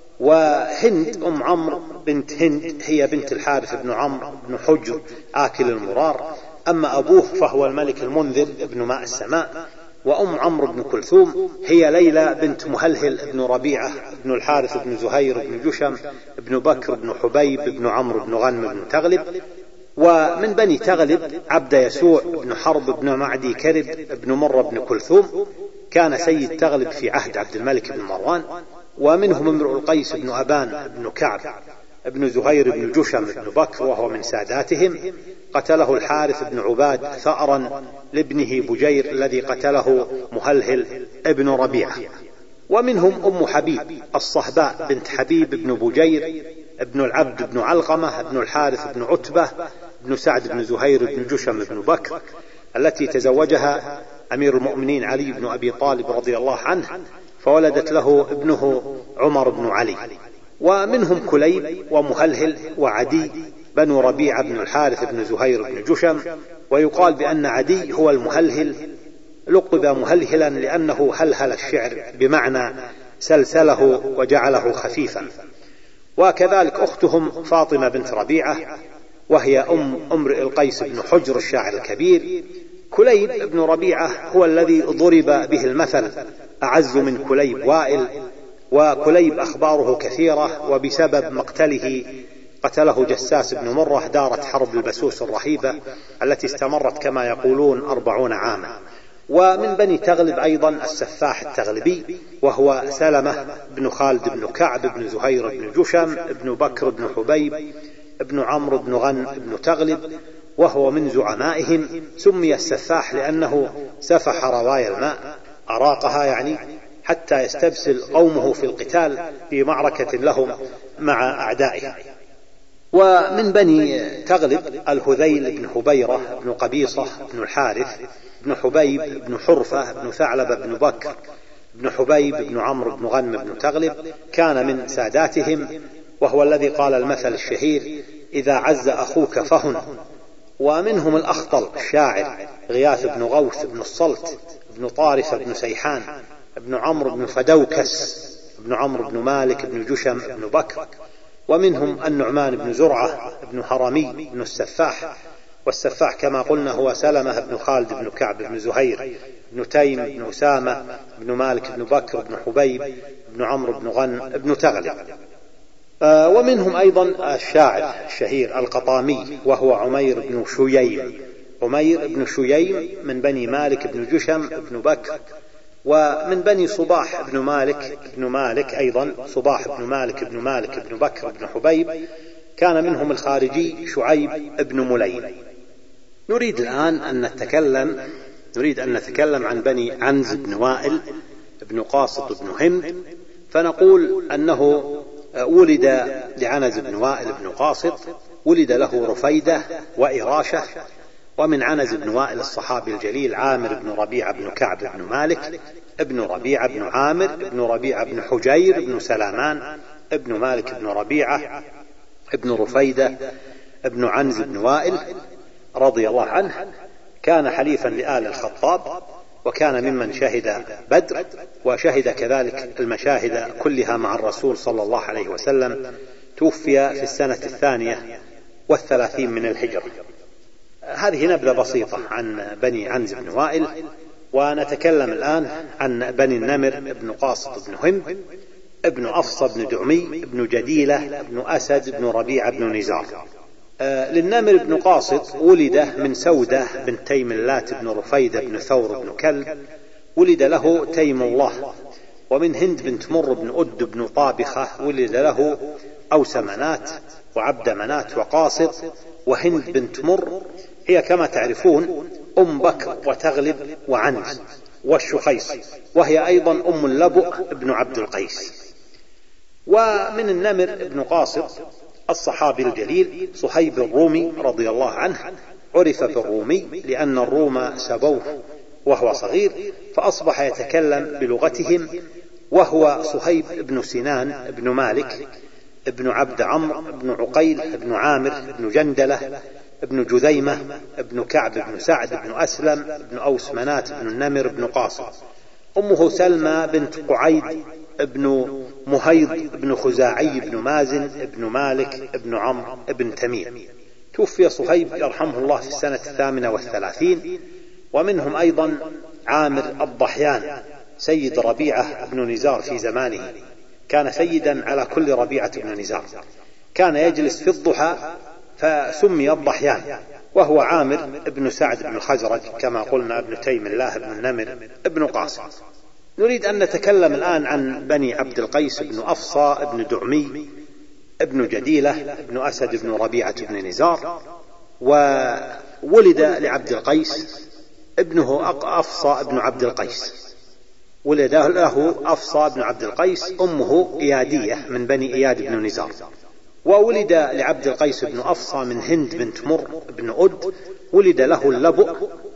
وهند أم عمرو بنت هند هي بنت الحارث بن عمرو بن حجر آكل المرار، أما أبوه فهو الملك المنذر بن ماء السماء. وأم عمرو بن كلثوم هي ليلى بنت مهلهل بن ربيعة بن الحارث بن زهير بن جشم بن بكر بن حبيب بن عمرو بن غنم بن تغلب. ومن بني تغلب عبد يسوع بن حرب بن معدي كرب بن مر بن كلثوم، كان سيد تغلب في عهد عبد الملك بن مروان. ومنهم امرؤ القيس بن أبان بن كعب بن زهير بن جشم بن بكر، وهو من ساداتهم، قتله الحارث بن عباد ثأرا لابنه بجير الذي قتله مهلهل ابن ربيعة. ومنهم أم حبيب الصهباء بنت حبيب بن بجير ابن العبد بن علقمة بن الحارث بن عتبة بن سعد بن زهير بن جشم بن بكر، التي تزوجها أمير المؤمنين علي بن أبي طالب رضي الله عنه، فولدت له ابنه عمر بن علي. ومنهم كليب ومهلهل وعدي بنو ربيعة بن الحارث بن زهير بن جشم. ويقال بأن عدي هو المهلهل، لقب مهلهلا لأنه هلهل الشعر بمعنى سلسله وجعله خفيفا. وكذلك أختهم فاطمة بنت ربيعة، وهي امرئ القيس بن حجر الشاعر الكبير. كليب بن ربيعة هو الذي ضرب به المثل، أعز من كليب وائل. وكليب أخباره كثيرة، وبسبب مقتله قتله جساس بن مرة دارت حرب البسوس الرهيبة التي استمرت كما يقولون 40 عاما. ومن بني تغلب أيضا السفاح التغلبي، وهو سلمة بن خالد بن كعب بن زهير بن جشم بن بكر بن حبيب بن عمرو بن غنم بن تغلب، وهو من زعمائهم. سمي السفاح لأنه سفح روايا الماء، أراقها يعني، حتى يستبسل قومه في القتال في معركة لهم مع أعدائه. ومن بني تغلب الهذيل بن هبيرة بن قبيصة بن الحارث بن حبيب بن حرفة بن ثعلبة بن بكر بن حبيب بن عمرو بن غنم بن تغلب، كان من ساداتهم، وهو الذي قال المثل الشهير: إذا عز أخوك فهن. ومنهم الأخطل الشاعر غياث بن غوث بن الصلت بن طارف بن سيحان بن عمرو بن فدوكس بن عمرو بن مالك بن جشم بن بكر. ومنهم النعمان بن زرعة بن هرمي بن السفاح، والسفاح كما قلنا هو سلمة بن خالد بن كعب بن زهير بن تيم بن أسامة بن مالك بن بكر بن حبيب بن عمرو بن غنم بن تغلب. ومنهم أيضا الشاعر الشهير القطامي، وهو عمير بن شييم. عمير بن شييم من بني مالك بن جشم بن بكر. ومن بني صباح بن مالك أيضا صباح بن مالك بن بكر بن حبيب، كان منهم الخارجي شعيب بن مليم. نريد الآن أن نتكلم عن بني عنز بن وائل بن قاسط بن هند. فنقول أنه ولد لعنز بن وائل بن قاسط، ولد له رفيدة وإراشة. ومن عنز بن وائل الصحابي الجليل عامر بن ربيعة بن كعب بن مالك ابن ربيعة بن عامر ابن ربيعة بن حجير بن سلامان ابن مالك بن ربيعة ابن رفيدة ابن عنز بن وائل رضي الله عنه. كان حليفا لآل الخطاب، وكان ممن شهد بدر، وشهد كذلك المشاهد كلها مع الرسول صلى الله عليه وسلم. توفي في السنة 32 من الهجرة. هذه نبذة بسيطة عن بني عنز بن وائل. ونتكلم الآن عن بني النمر بن قاسط بن هند ابن أفصى بن دعمي بن جديلة بن أسد بن ربيعة بن نزار. للنمر بن قاسط ولد من سودة بن تيم اللات بن رفيدة بن ثور بن كلب، ولد له تيم الله. ومن هند بنت مر بن أد بن طابخة ولد له أوس منات وعبد منات وقاسط. وهند بنت مر هي كما تعرفون أم بكر وتغلب وعنز والشخيص، وهي أيضا أم اللبؤ بن عبد القيس. ومن النمر بن قاسط الصحابي الجليل صهيب الرومي رضي الله عنه، عرف بالرومي لأن الروم سبوه وهو صغير فأصبح يتكلم بلغتهم، وهو صهيب بن سنان بن مالك ابن عبد عمرو بن عقيل بن عامر بن جندلة ابن جذيمة ابن كعب بن سعد بن أسلم ابن أوس منات بن النمر بن قاصم. أمه سلمى بنت قعيد ابن مهيض بن خزاعي بن مازن ابن مالك ابن عمرو ابن تميم. توفي صهيب يرحمه الله في السنة 38. ومنهم أيضا عامر الضحيان سيد ربيعة بن نزار في زمانه، كان سيدا على كل ربيعة بن نزار، كان يجلس في الضحى فسمي الضحيان، وهو عامر ابن سعد بن الخزرج كما قلنا ابن تيم الله بن النمر ابن قاسم. نريد أن نتكلم الآن عن بني عبد القيس بن أفصى ابن دعمي ابن جديلة ابن أسد بن ربيعة بن نزار. وولد لعبد القيس ابنه أفصى ابن عبد القيس، ولد له أفصى بن عبد القيس، أمه إيادية من بني إياد بن نزار. وولد لعبد القيس بن أفصى من هند بنت مر بن أد، ولد له اللبؤ.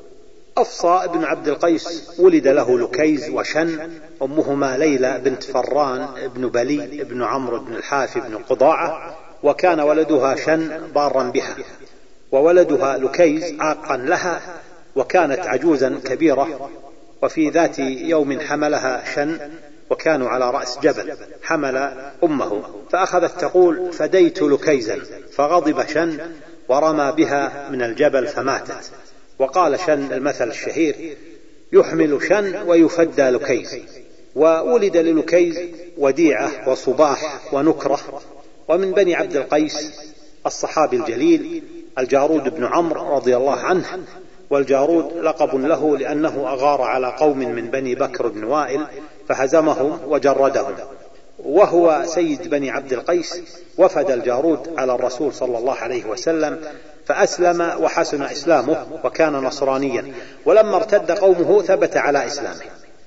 أفصى بن عبد القيس ولد له لكيز وشن، أمهما ليلى بنت فران بن بلي بن عمرو بن الحافي بن قضاعة، وكان ولدها شن بارا بها، وولدها لكيز عاقا لها، وكانت عجوزا كبيرة. وفي ذات يوم حملها شن وكانوا على رأس جبل، حمل أمه فأخذت تقول: فديت لكيزا، فغضب شن ورمى بها من الجبل فماتت. وقال شن المثل الشهير: يحمل شن ويفدى لكيز. وولد للكيز وديعة وصباح ونكرة. ومن بني عبد القيس الصحابي الجليل الجارود بن عمرو رضي الله عنه، والجارود لقب له لأنه أغار على قوم من بني بكر بن وائل فهزمهم وجردهم، وهو سيد بني عبد القيس. وفد الجارود على الرسول صلى الله عليه وسلم فأسلم وحسن إسلامه وكان نصرانيا، ولما ارتد قومه ثبت على إسلامه.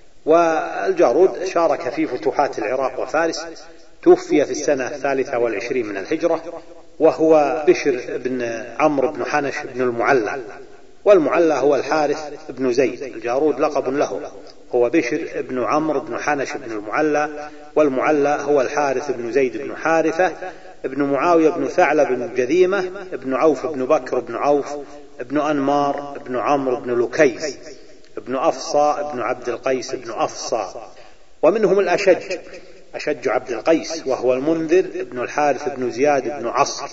والجارود شارك في فتوحات العراق وفارس، توفي في السنة 23 من الهجرة، وهو بشر بن عمرو بن حنش بن المعلى، والمعلى هو الحارث بن زيد. الجارود لقب له، هو بشر بن عمرو بن حنش بن المعلى، والمعلى هو الحارث بن زيد بن حارثة ابن معاوية بن ثعلب بن جذيمة ابن عوف بن بكر بن عوف ابن أنمار ابن عمرو بن لكيز ابن أفصى ابن عبد القيس ابن أفصى. ومنهم الأشج، أشج عبد القيس، وهو المنذر ابن الحارث بن زياد بن عصر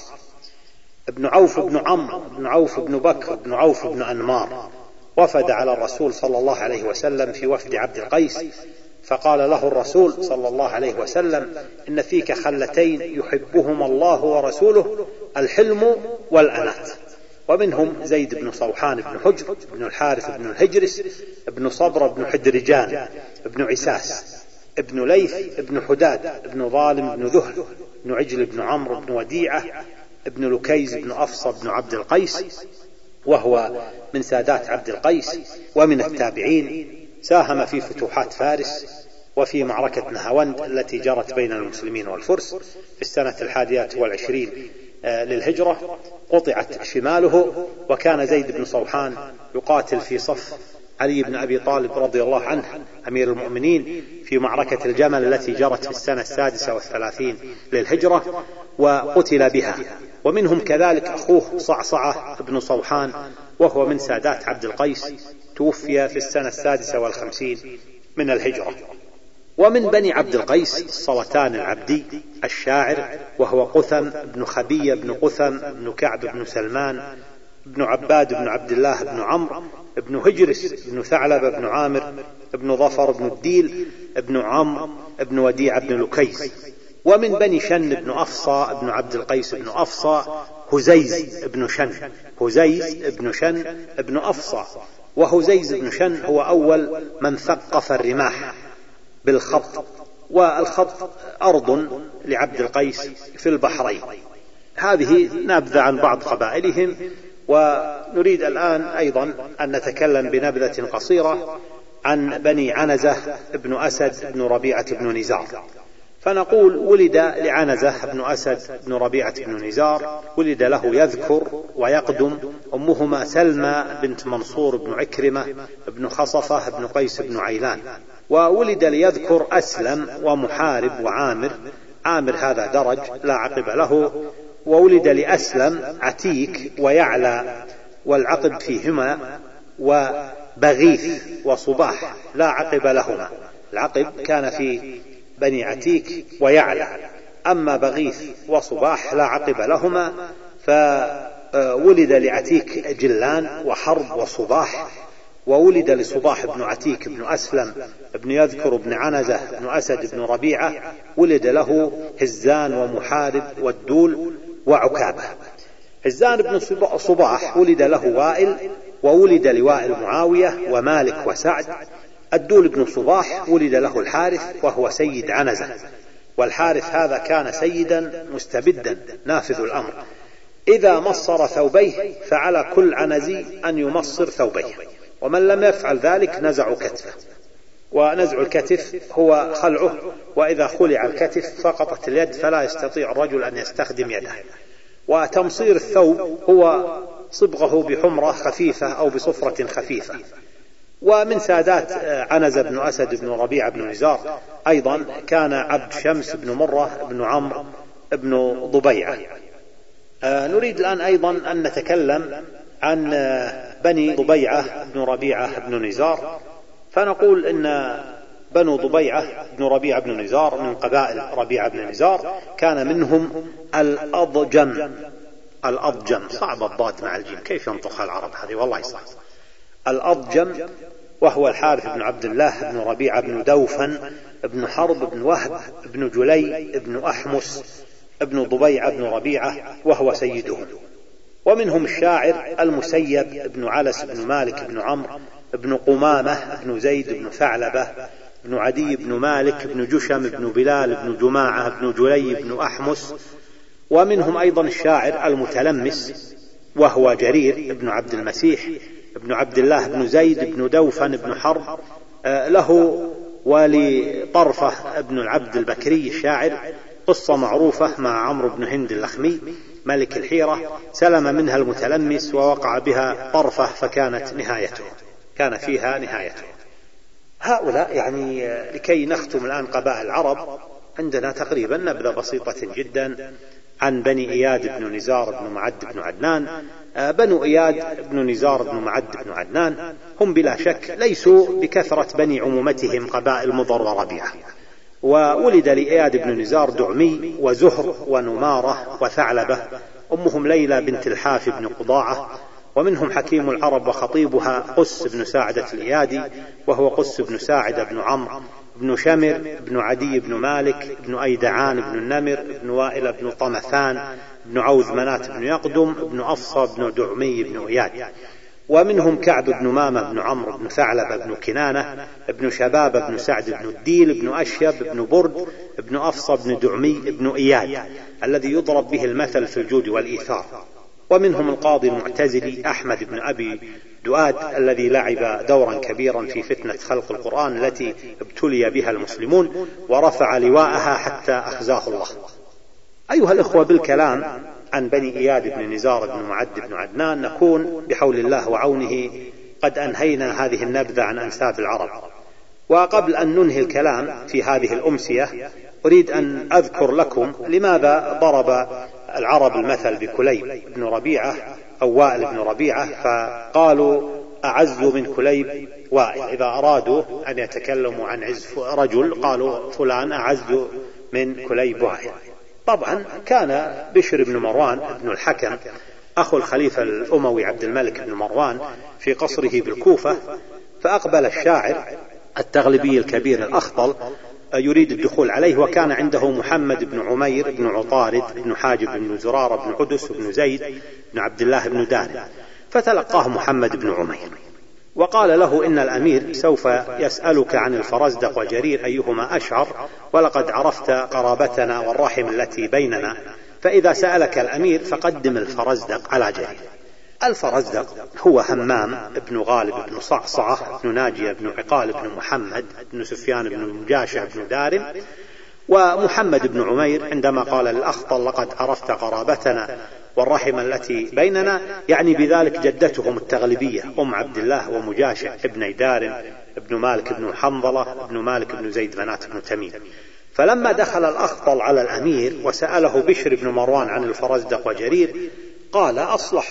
ابن عوف بن عمرو ابن عوف بن بكر ابن عوف بن أنمار. وفد على الرسول صلى الله عليه وسلم في وفد عبد القيس، فقال له الرسول صلى الله عليه وسلم: إن فيك خلتين يحبهما الله ورسوله، الحلم والأنات. ومنهم زيد بن صوحان بن حجر بن الحارث بن الهجرس ابن صبر بن حدرجان ابن عساس ابن ليث ابن حداد ابن ظالم ابن ذهل ابن عجل بن عمرو بن وديعة ابن لكيز بن أفصى بن عبد القيس، وهو من سادات عبد القيس ومن التابعين. ساهم في فتوحات فارس وفي معركة نهاوند التي جرت بين المسلمين والفرس في السنة 21 للهجرة. قطعت شماله، وكان زيد بن صوحان يقاتل في صف علي بن أبي طالب رضي الله عنه أمير المؤمنين في معركة الجمل التي جرت في السنة 36 للهجرة، وقتل بها. ومنهم كذلك أخوه صعصعة بن صوحان، وهو من سادات عبد القيس، توفي في السنة 56 من الهجرة. ومن بني عبد القيس الصلتان العبدي الشاعر، وهو قثم بن خبية بن قثم بن كعب بن سلمان بن عباد بن عبد الله بن عمرو بن هجرس بن ثعلب بن عامر بن ظفر بن الديل بن عمرو بن وديع بن لكيس. ومن بني شن بن أفصى بن عبد القيس بن أفصى هزيز بن شن، هزيز بن شن بن أفصى. وهزيز بن شن هو أول من ثقف الرماح بالخط، والخط أرض لعبد القيس في البحرين. هذه نبذة عن بعض قبائلهم. ونريد الآن أيضا أن نتكلم بنبذة قصيرة عن بني عنزة بن أسد بن ربيعة بن نزار. فنقول ولد لعنزة بن أسد بن ربيعة بن نزار، ولد له يذكر ويقدم، أمهما سلمى بنت منصور بن عكرمة بن خصفة بن قيس بن عيلان. وولد ليذكر أسلم ومحارب وعامر، عامر هذا درج لا عقب له. وولد لأسلم عتيك ويعلى والعقب فيهما، وبغيث وصباح لا عقب لهما، العقب كان في بني عتيك ويعلى، أما بغيث وصباح لا عقب لهما. فولد لعتيك جلان وحرب وصباح. وولد لصباح بن عتيك بن أسلم بن يذكر بن عنزة بن أسد بن ربيعة، ولد له هزان ومحارب والدول وعكابة. هزان بن صباح ولد له وائل، وولد لوائل معاوية ومالك وسعد. الدول بن صباح ولد له الحارث وهو سيد عنزة، والحارث هذا كان سيدا مستبدا نافذ الأمر، إذا مصر ثوبيه فعلى كل عنزي أن يمصر ثوبيه، ومن لم يفعل ذلك نزع كتفه. ونزع الكتف هو خلعه، وإذا خلع الكتف سقطت اليد فلا يستطيع الرجل أن يستخدم يده. وتمصير الثوب هو صبغه بحمرة خفيفة أو بصفرة خفيفة. ومن سادات عنزة بن أسد بن ربيعة بن نزار أيضا كان عبد شمس بن مرة بن عمرو بن ضبيعة. نريد الآن أيضا أن نتكلم عن بني ضبيعة بن ربيعة بن نزار. فنقول إن بنو ضبيعة بن ربيعة بن نزار من قبائل ربيعة بن نزار، كان منهم الأضجم. الأضجم صعب الضاد مع الجيم، كيف ينطقها العرب هذه والله صعب. الأضجم وهو الحارث بن عبد الله بن ربيعة بن دوفن بن حرب بن وهب بن جلي بن أحمس بن ضبيعة بن ربيعة وهو سيدهم. ومنهم الشاعر المسيب بن علس بن مالك بن عمرو بن قمامة بن زيد بن ثعلبة بن عدي بن مالك بن جشم بن بلال بن جماعة بن جلي بن أحمس. ومنهم أيضا الشاعر المتلمس وهو جرير بن عبد المسيح بن عبد الله بن زيد بن دوفن بن حرب له ولطرفة بن العبد البكري الشاعر قصة معروفة مع عمرو بن هند اللخمي ملك الحيرة، سلم منها المتلمس ووقع بها طرفة فكانت نهايته، كان فيها نهايته. هؤلاء يعني لكي نختم الآن قبائل العرب، عندنا تقريبا نبذة بسيطة جدا عن بني إياد بن نزار بن معد بن عدنان. بنو إياد بن نزار بن معد بن عدنان هم بلا شك ليسوا بكثرة بني عمومتهم قبائل مضر وربيعة. وولد لإياد بن نزار دعمي وزهر ونمارة وثعلبة، أمهم ليلى بنت الحاف بن قضاعة. ومنهم حكيم العرب وخطيبها قس بن ساعدة الإيادي وهو قس بن ساعدة بن عمرو بن شمر بن عدي بن مالك بن أيدعان بن النمر بن وائل بن طمثان بن عوذ منات بن يقدم بن أفصى بن دعمي بن إياد. ومنهم كعب بن مامة بن عمرو بن ثعلبة بن كنانة بن شباب بن سعد بن الديل بن أشيب بن برد بن أفصى بن دعمي بن إياد الذي يضرب به المثل في الجود والإيثار. ومنهم القاضي المعتزلي أحمد بن أبي دؤاد الذي لعب دورا كبيرا في فتنة خلق القرآن التي ابتلي بها المسلمون ورفع لواءها حتى أخزاه الله. أيها الإخوة، بالكلام عن بني إياد بن نزار بن معد بن عدنان نكون بحول الله وعونه قد أنهينا هذه النبذة عن أنساب العرب. وقبل أن ننهي الكلام في هذه الأمسية أريد أن أذكر لكم لماذا ضرب العرب المثل بكليب بن ربيعة أو وائل بن ربيعة، فقالوا أعز من كليب وائل. إذا أرادوا أن يتكلموا عن عز رجل قالوا فلان أعز من كليب وائل. طبعا كان بشر بن مروان بن الحكم أخو الخليفة الأموي عبد الملك بن مروان في قصره بالكوفة، فأقبل الشاعر التغلبي الكبير الأخطل يريد الدخول عليه، وكان عنده محمد بن عمير بن عطارد بن حاجب بن زرارة بن قدس بن زيد بن عبد الله بن دار، فتلقاه محمد بن عمير وقال له إن الأمير سوف يسألك عن الفرزدق وجرير أيهما أشعر، ولقد عرفت قرابتنا والرحم التي بيننا، فإذا سألك الأمير فقدم الفرزدق على جرير. الفرزدق هو همام بن غالب بن صعصعة بن ناجية بن عقال بن محمد بن سفيان بن مجاشع بن دارم، ومحمد بن عمير عندما قال للأخطل لقد عرفت قرابتنا والرحم التي بيننا، يعني بذلك جدتهم التغلبية عبد الله ومجاشع ابن إدار ابن مالك بن حنظلة ابن مالك بن زيد بنات بن تميم. فلما دخل الأخطل على الأمير وسأله بشر بن مروان عن الفرزدق وجرير قال أصلح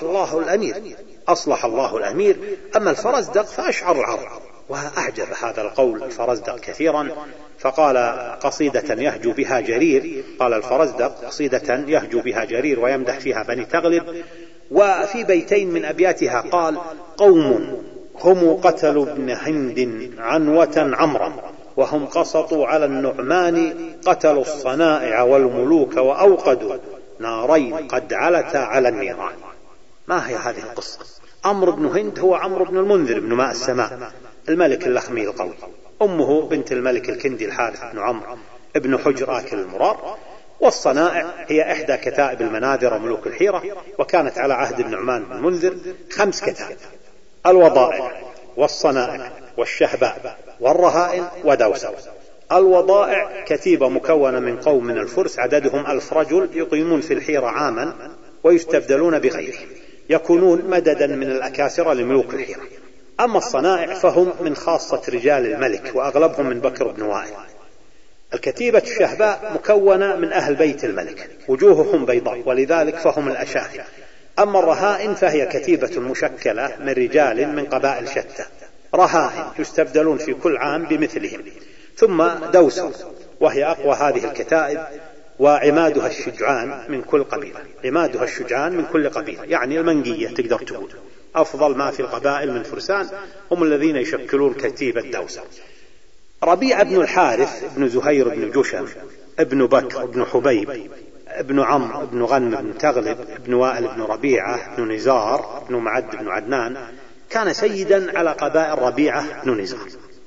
الله الأمير، أما الفرزدق فأشعر العرب. وأعجب هذا القول الفرزدق كثيرا، فقال قصيدة يهجو بها جرير، قال الفرزدق قصيدة يهجو بها جرير ويمدح فيها بني تغلب. وفي بيتين من أبياتها قال قوم هم قتلوا ابن هند عنوة عمرا وهم قسطوا على النعمان قتلوا الصنائع والملوك وأوقدوا نارين قد علتا على النيران. ما هي هذه القصة؟ عمرو بن هند هو عمرو بن المنذر بن ماء السماء الملك اللخمي القوي، أمه بنت الملك الكندي الحارث بن عمرو ابن حجر آكل المرار. والصنائع هي إحدى كتائب المناذر وملوك الحيرة، وكانت على عهد النعمان بن المنذر 5 كتائب: الوضائع والصنائع والشهباء والرهائن ودوسر. الوضائع كتيبة مكونة من قوم من الفرس عددهم 1000 رجل يقيمون في الحيرة عاما ويستبدلون بغيرهم، يكونون مددا من الأكاسرة لملوك الحيرة. أما الصنائع فهم من خاصة رجال الملك وأغلبهم من بكر بن وائل. الكتيبة الشهباء مكونة من أهل بيت الملك وجوههم بيضاء ولذلك فهم الأشاهر. أما الرهائن فهي كتيبة مشكلة من رجال من قبائل شتى، رهائن يستبدلون في كل عام بمثلهم. ثم دوسر وهي أقوى هذه الكتائب وعمادها الشجعان من كل قبيلة، عمادها الشجعان من كل قبيلة، يعني المنقية تقدر تقول أفضل ما في القبائل من فرسان هم الذين يشكلون كتيبة دوسر. ربيع بن الحارث بن زهير بن جشم ابن بكر بن حبيب ابن عمرو بن غنم بن تغلب ابن وائل بن ربيعة بن نزار بن معد بن عدنان كان سيدا على قبائل ربيعة بن نزار،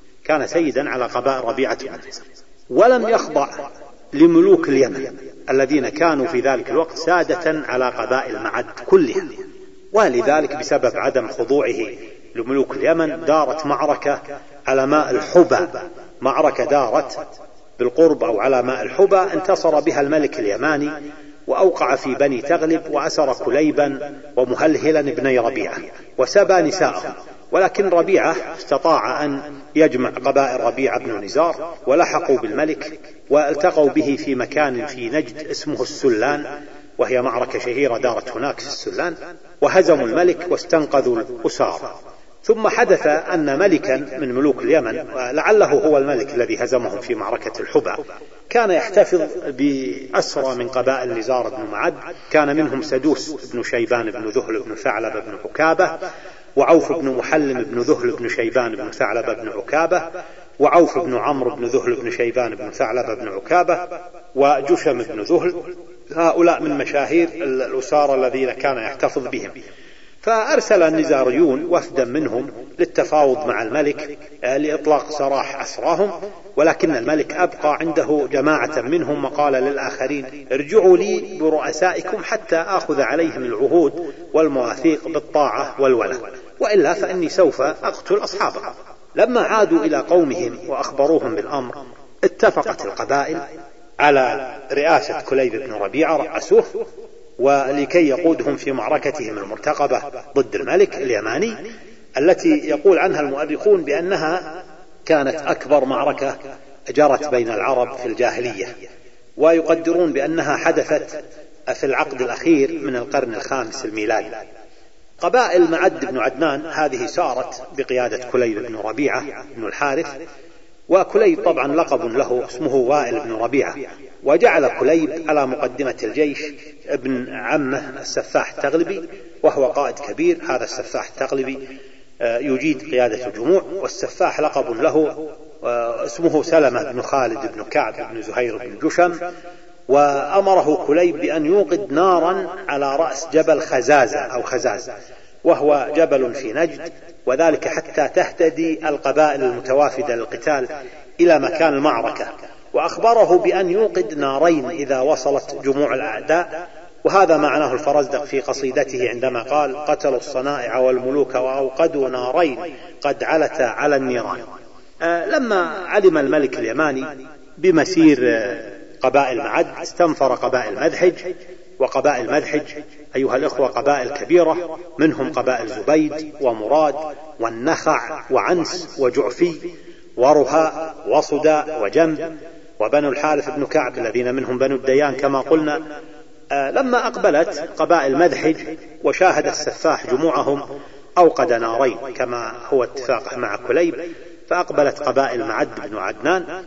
ولم يخضع لملوك اليمن الذين كانوا في ذلك الوقت سادة على قبائل معد كلها. ولذلك بسبب عدم خضوعه لملوك اليمن دارت معركة على ماء الحبى، معركة دارت بالقرب أو على ماء الحبى انتصر بها الملك اليماني وأوقع في بني تغلب وأسر كليبا ومهلهلا ابني ربيعة وسبى نساءهم. ولكن ربيعة استطاع أن يجمع قبائل ربيعة بن نزار ولحقوا بالملك والتقوا به في مكان في نجد اسمه السلان، وهي معركة شهيرة دارت هناك في السلان، وهزموا الملك واستنقذوا الأسارى. ثم حدث أن ملكا من ملوك اليمن، لعله هو الملك الذي هزمهم في معركة الحبى، كان يحتفظ بأسرى من قبائل نزار بن معد، كان منهم سدوس بن شيبان بن ذهل بن ثعلب بن عكابة، وعوف بن محلم بن ذهل بن شيبان بن ثعلب بن عكابة، وعوف بن عمرو بن ذهل بن شيبان بن ثعلب بن عكابة، وجشم بن ذهل. هؤلاء من مشاهير الأسارى الذين كان يحتفظ بهم. فأرسل النزاريون وفدا منهم للتفاوض مع الملك لإطلاق سراح أسراهم، ولكن الملك أبقى عنده جماعة منهم وقال للآخرين ارجعوا لي برؤسائكم حتى آخذ عليهم العهود والمواثيق بالطاعة والولاء، وإلا فإني سوف أقتل أصحابهم. لما عادوا إلى قومهم وأخبروهم بالأمر اتفقت القبائل على رئاسة كليب بن ربيعة رأسوه ولكي يقودهم في معركتهم المرتقبة ضد الملك اليماني، التي يقول عنها المؤرخون بأنها كانت أكبر معركة جرت بين العرب في الجاهلية، ويقدرون بأنها حدثت في العقد الأخير من القرن الخامس الميلادي. قبائل معد بن عدنان هذه سارت بقيادة كليب بن ربيعة بن الحارث، وكليب طبعا لقب له اسمه وائل بن ربيعة، وجعل كليب على مقدمة الجيش ابن عمه السفاح التغلبي، وهو قائد كبير. هذا السفاح التغلبي يجيد قيادة الجموع، والسفاح لقب له اسمه سلمة بن خالد بن كعب بن زهير بن جشم. وأمره كليب بأن يوقد نارا على رأس جبل خزازة أو خزاز، وهو جبل في نجد، وذلك حتى تهتدي القبائل المتوافدة للقتال إلى مكان المعركة. وأخبره بأن يوقد نارين إذا وصلت جموع الأعداء، وهذا معناه الفرزدق في قصيدته عندما قال قتلوا الصنائع والملوك وأوقدوا نارين قد علتا على النيران. لما علم الملك اليماني بمسير قبائل معد استنفر قبائل مذحج، وقبائل مذحج أيها الإخوة قبائل كبيرة، منهم قبائل زبيد ومراد والنخع وعنس وجعفي ورهاء وصداء وجنب وبنو الحارث بن كعب الذين منهم بنو الديان كما قلنا. لما أقبلت قبائل مذحج وشاهد السفاح جموعهم أوقد نارين كما هو اتفاقه مع كليب، فأقبلت قبائل معد بن عدنان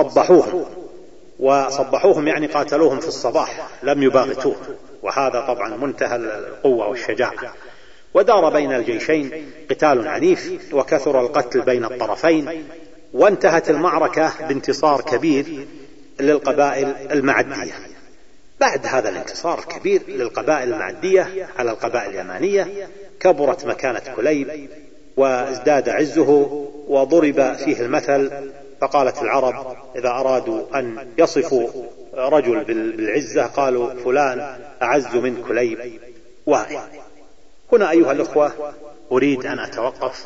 وصبحوهم يعني قاتلوهم في الصباح، لم يباغتوه، وهذا طبعا منتهى القوة والشجاعة. ودار بين الجيشين قتال عنيف وكثر القتل بين الطرفين، وانتهت المعركة بانتصار كبير للقبائل المعدية. بعد هذا الانتصار الكبير للقبائل المعدية على القبائل اليمانية كبرت مكانة كليب وازداد عزه وضرب فيه المثل، فقالت العرب إذا أرادوا أن يصفوا رجل بالعزة قالوا فلان أعز من كليب وائل. هنا أيها الأخوة أريد أن أتوقف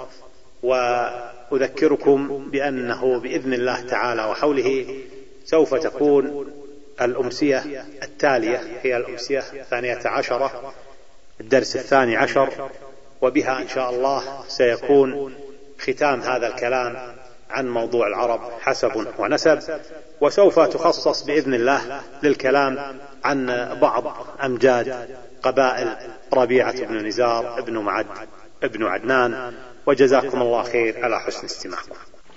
وأذكركم بأنه بإذن الله تعالى وحوله سوف تكون الأمسية التالية هي الأمسية 12 الدرس 12، وبها إن شاء الله سيكون ختام هذا الكلام عن موضوع العرب حسب ونسب، وسوف تخصص بإذن الله للكلام عن بعض أمجاد قبائل ربيعة بن نزار ابن معد ابن عدنان. وجزاكم الله خير على حسن استماعكم.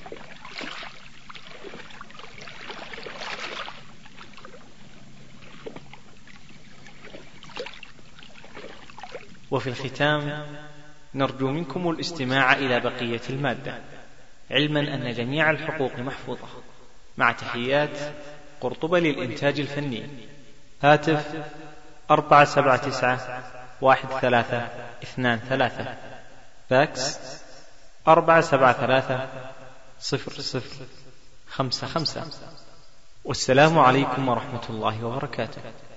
وفي الختام نرجو منكم الاستماع إلى بقية المادة، علما أن جميع الحقوق محفوظة، مع تحيات قرطبة للإنتاج الفني. هاتف 479-1323، فاكس 473-0055. والسلام عليكم ورحمة الله وبركاته.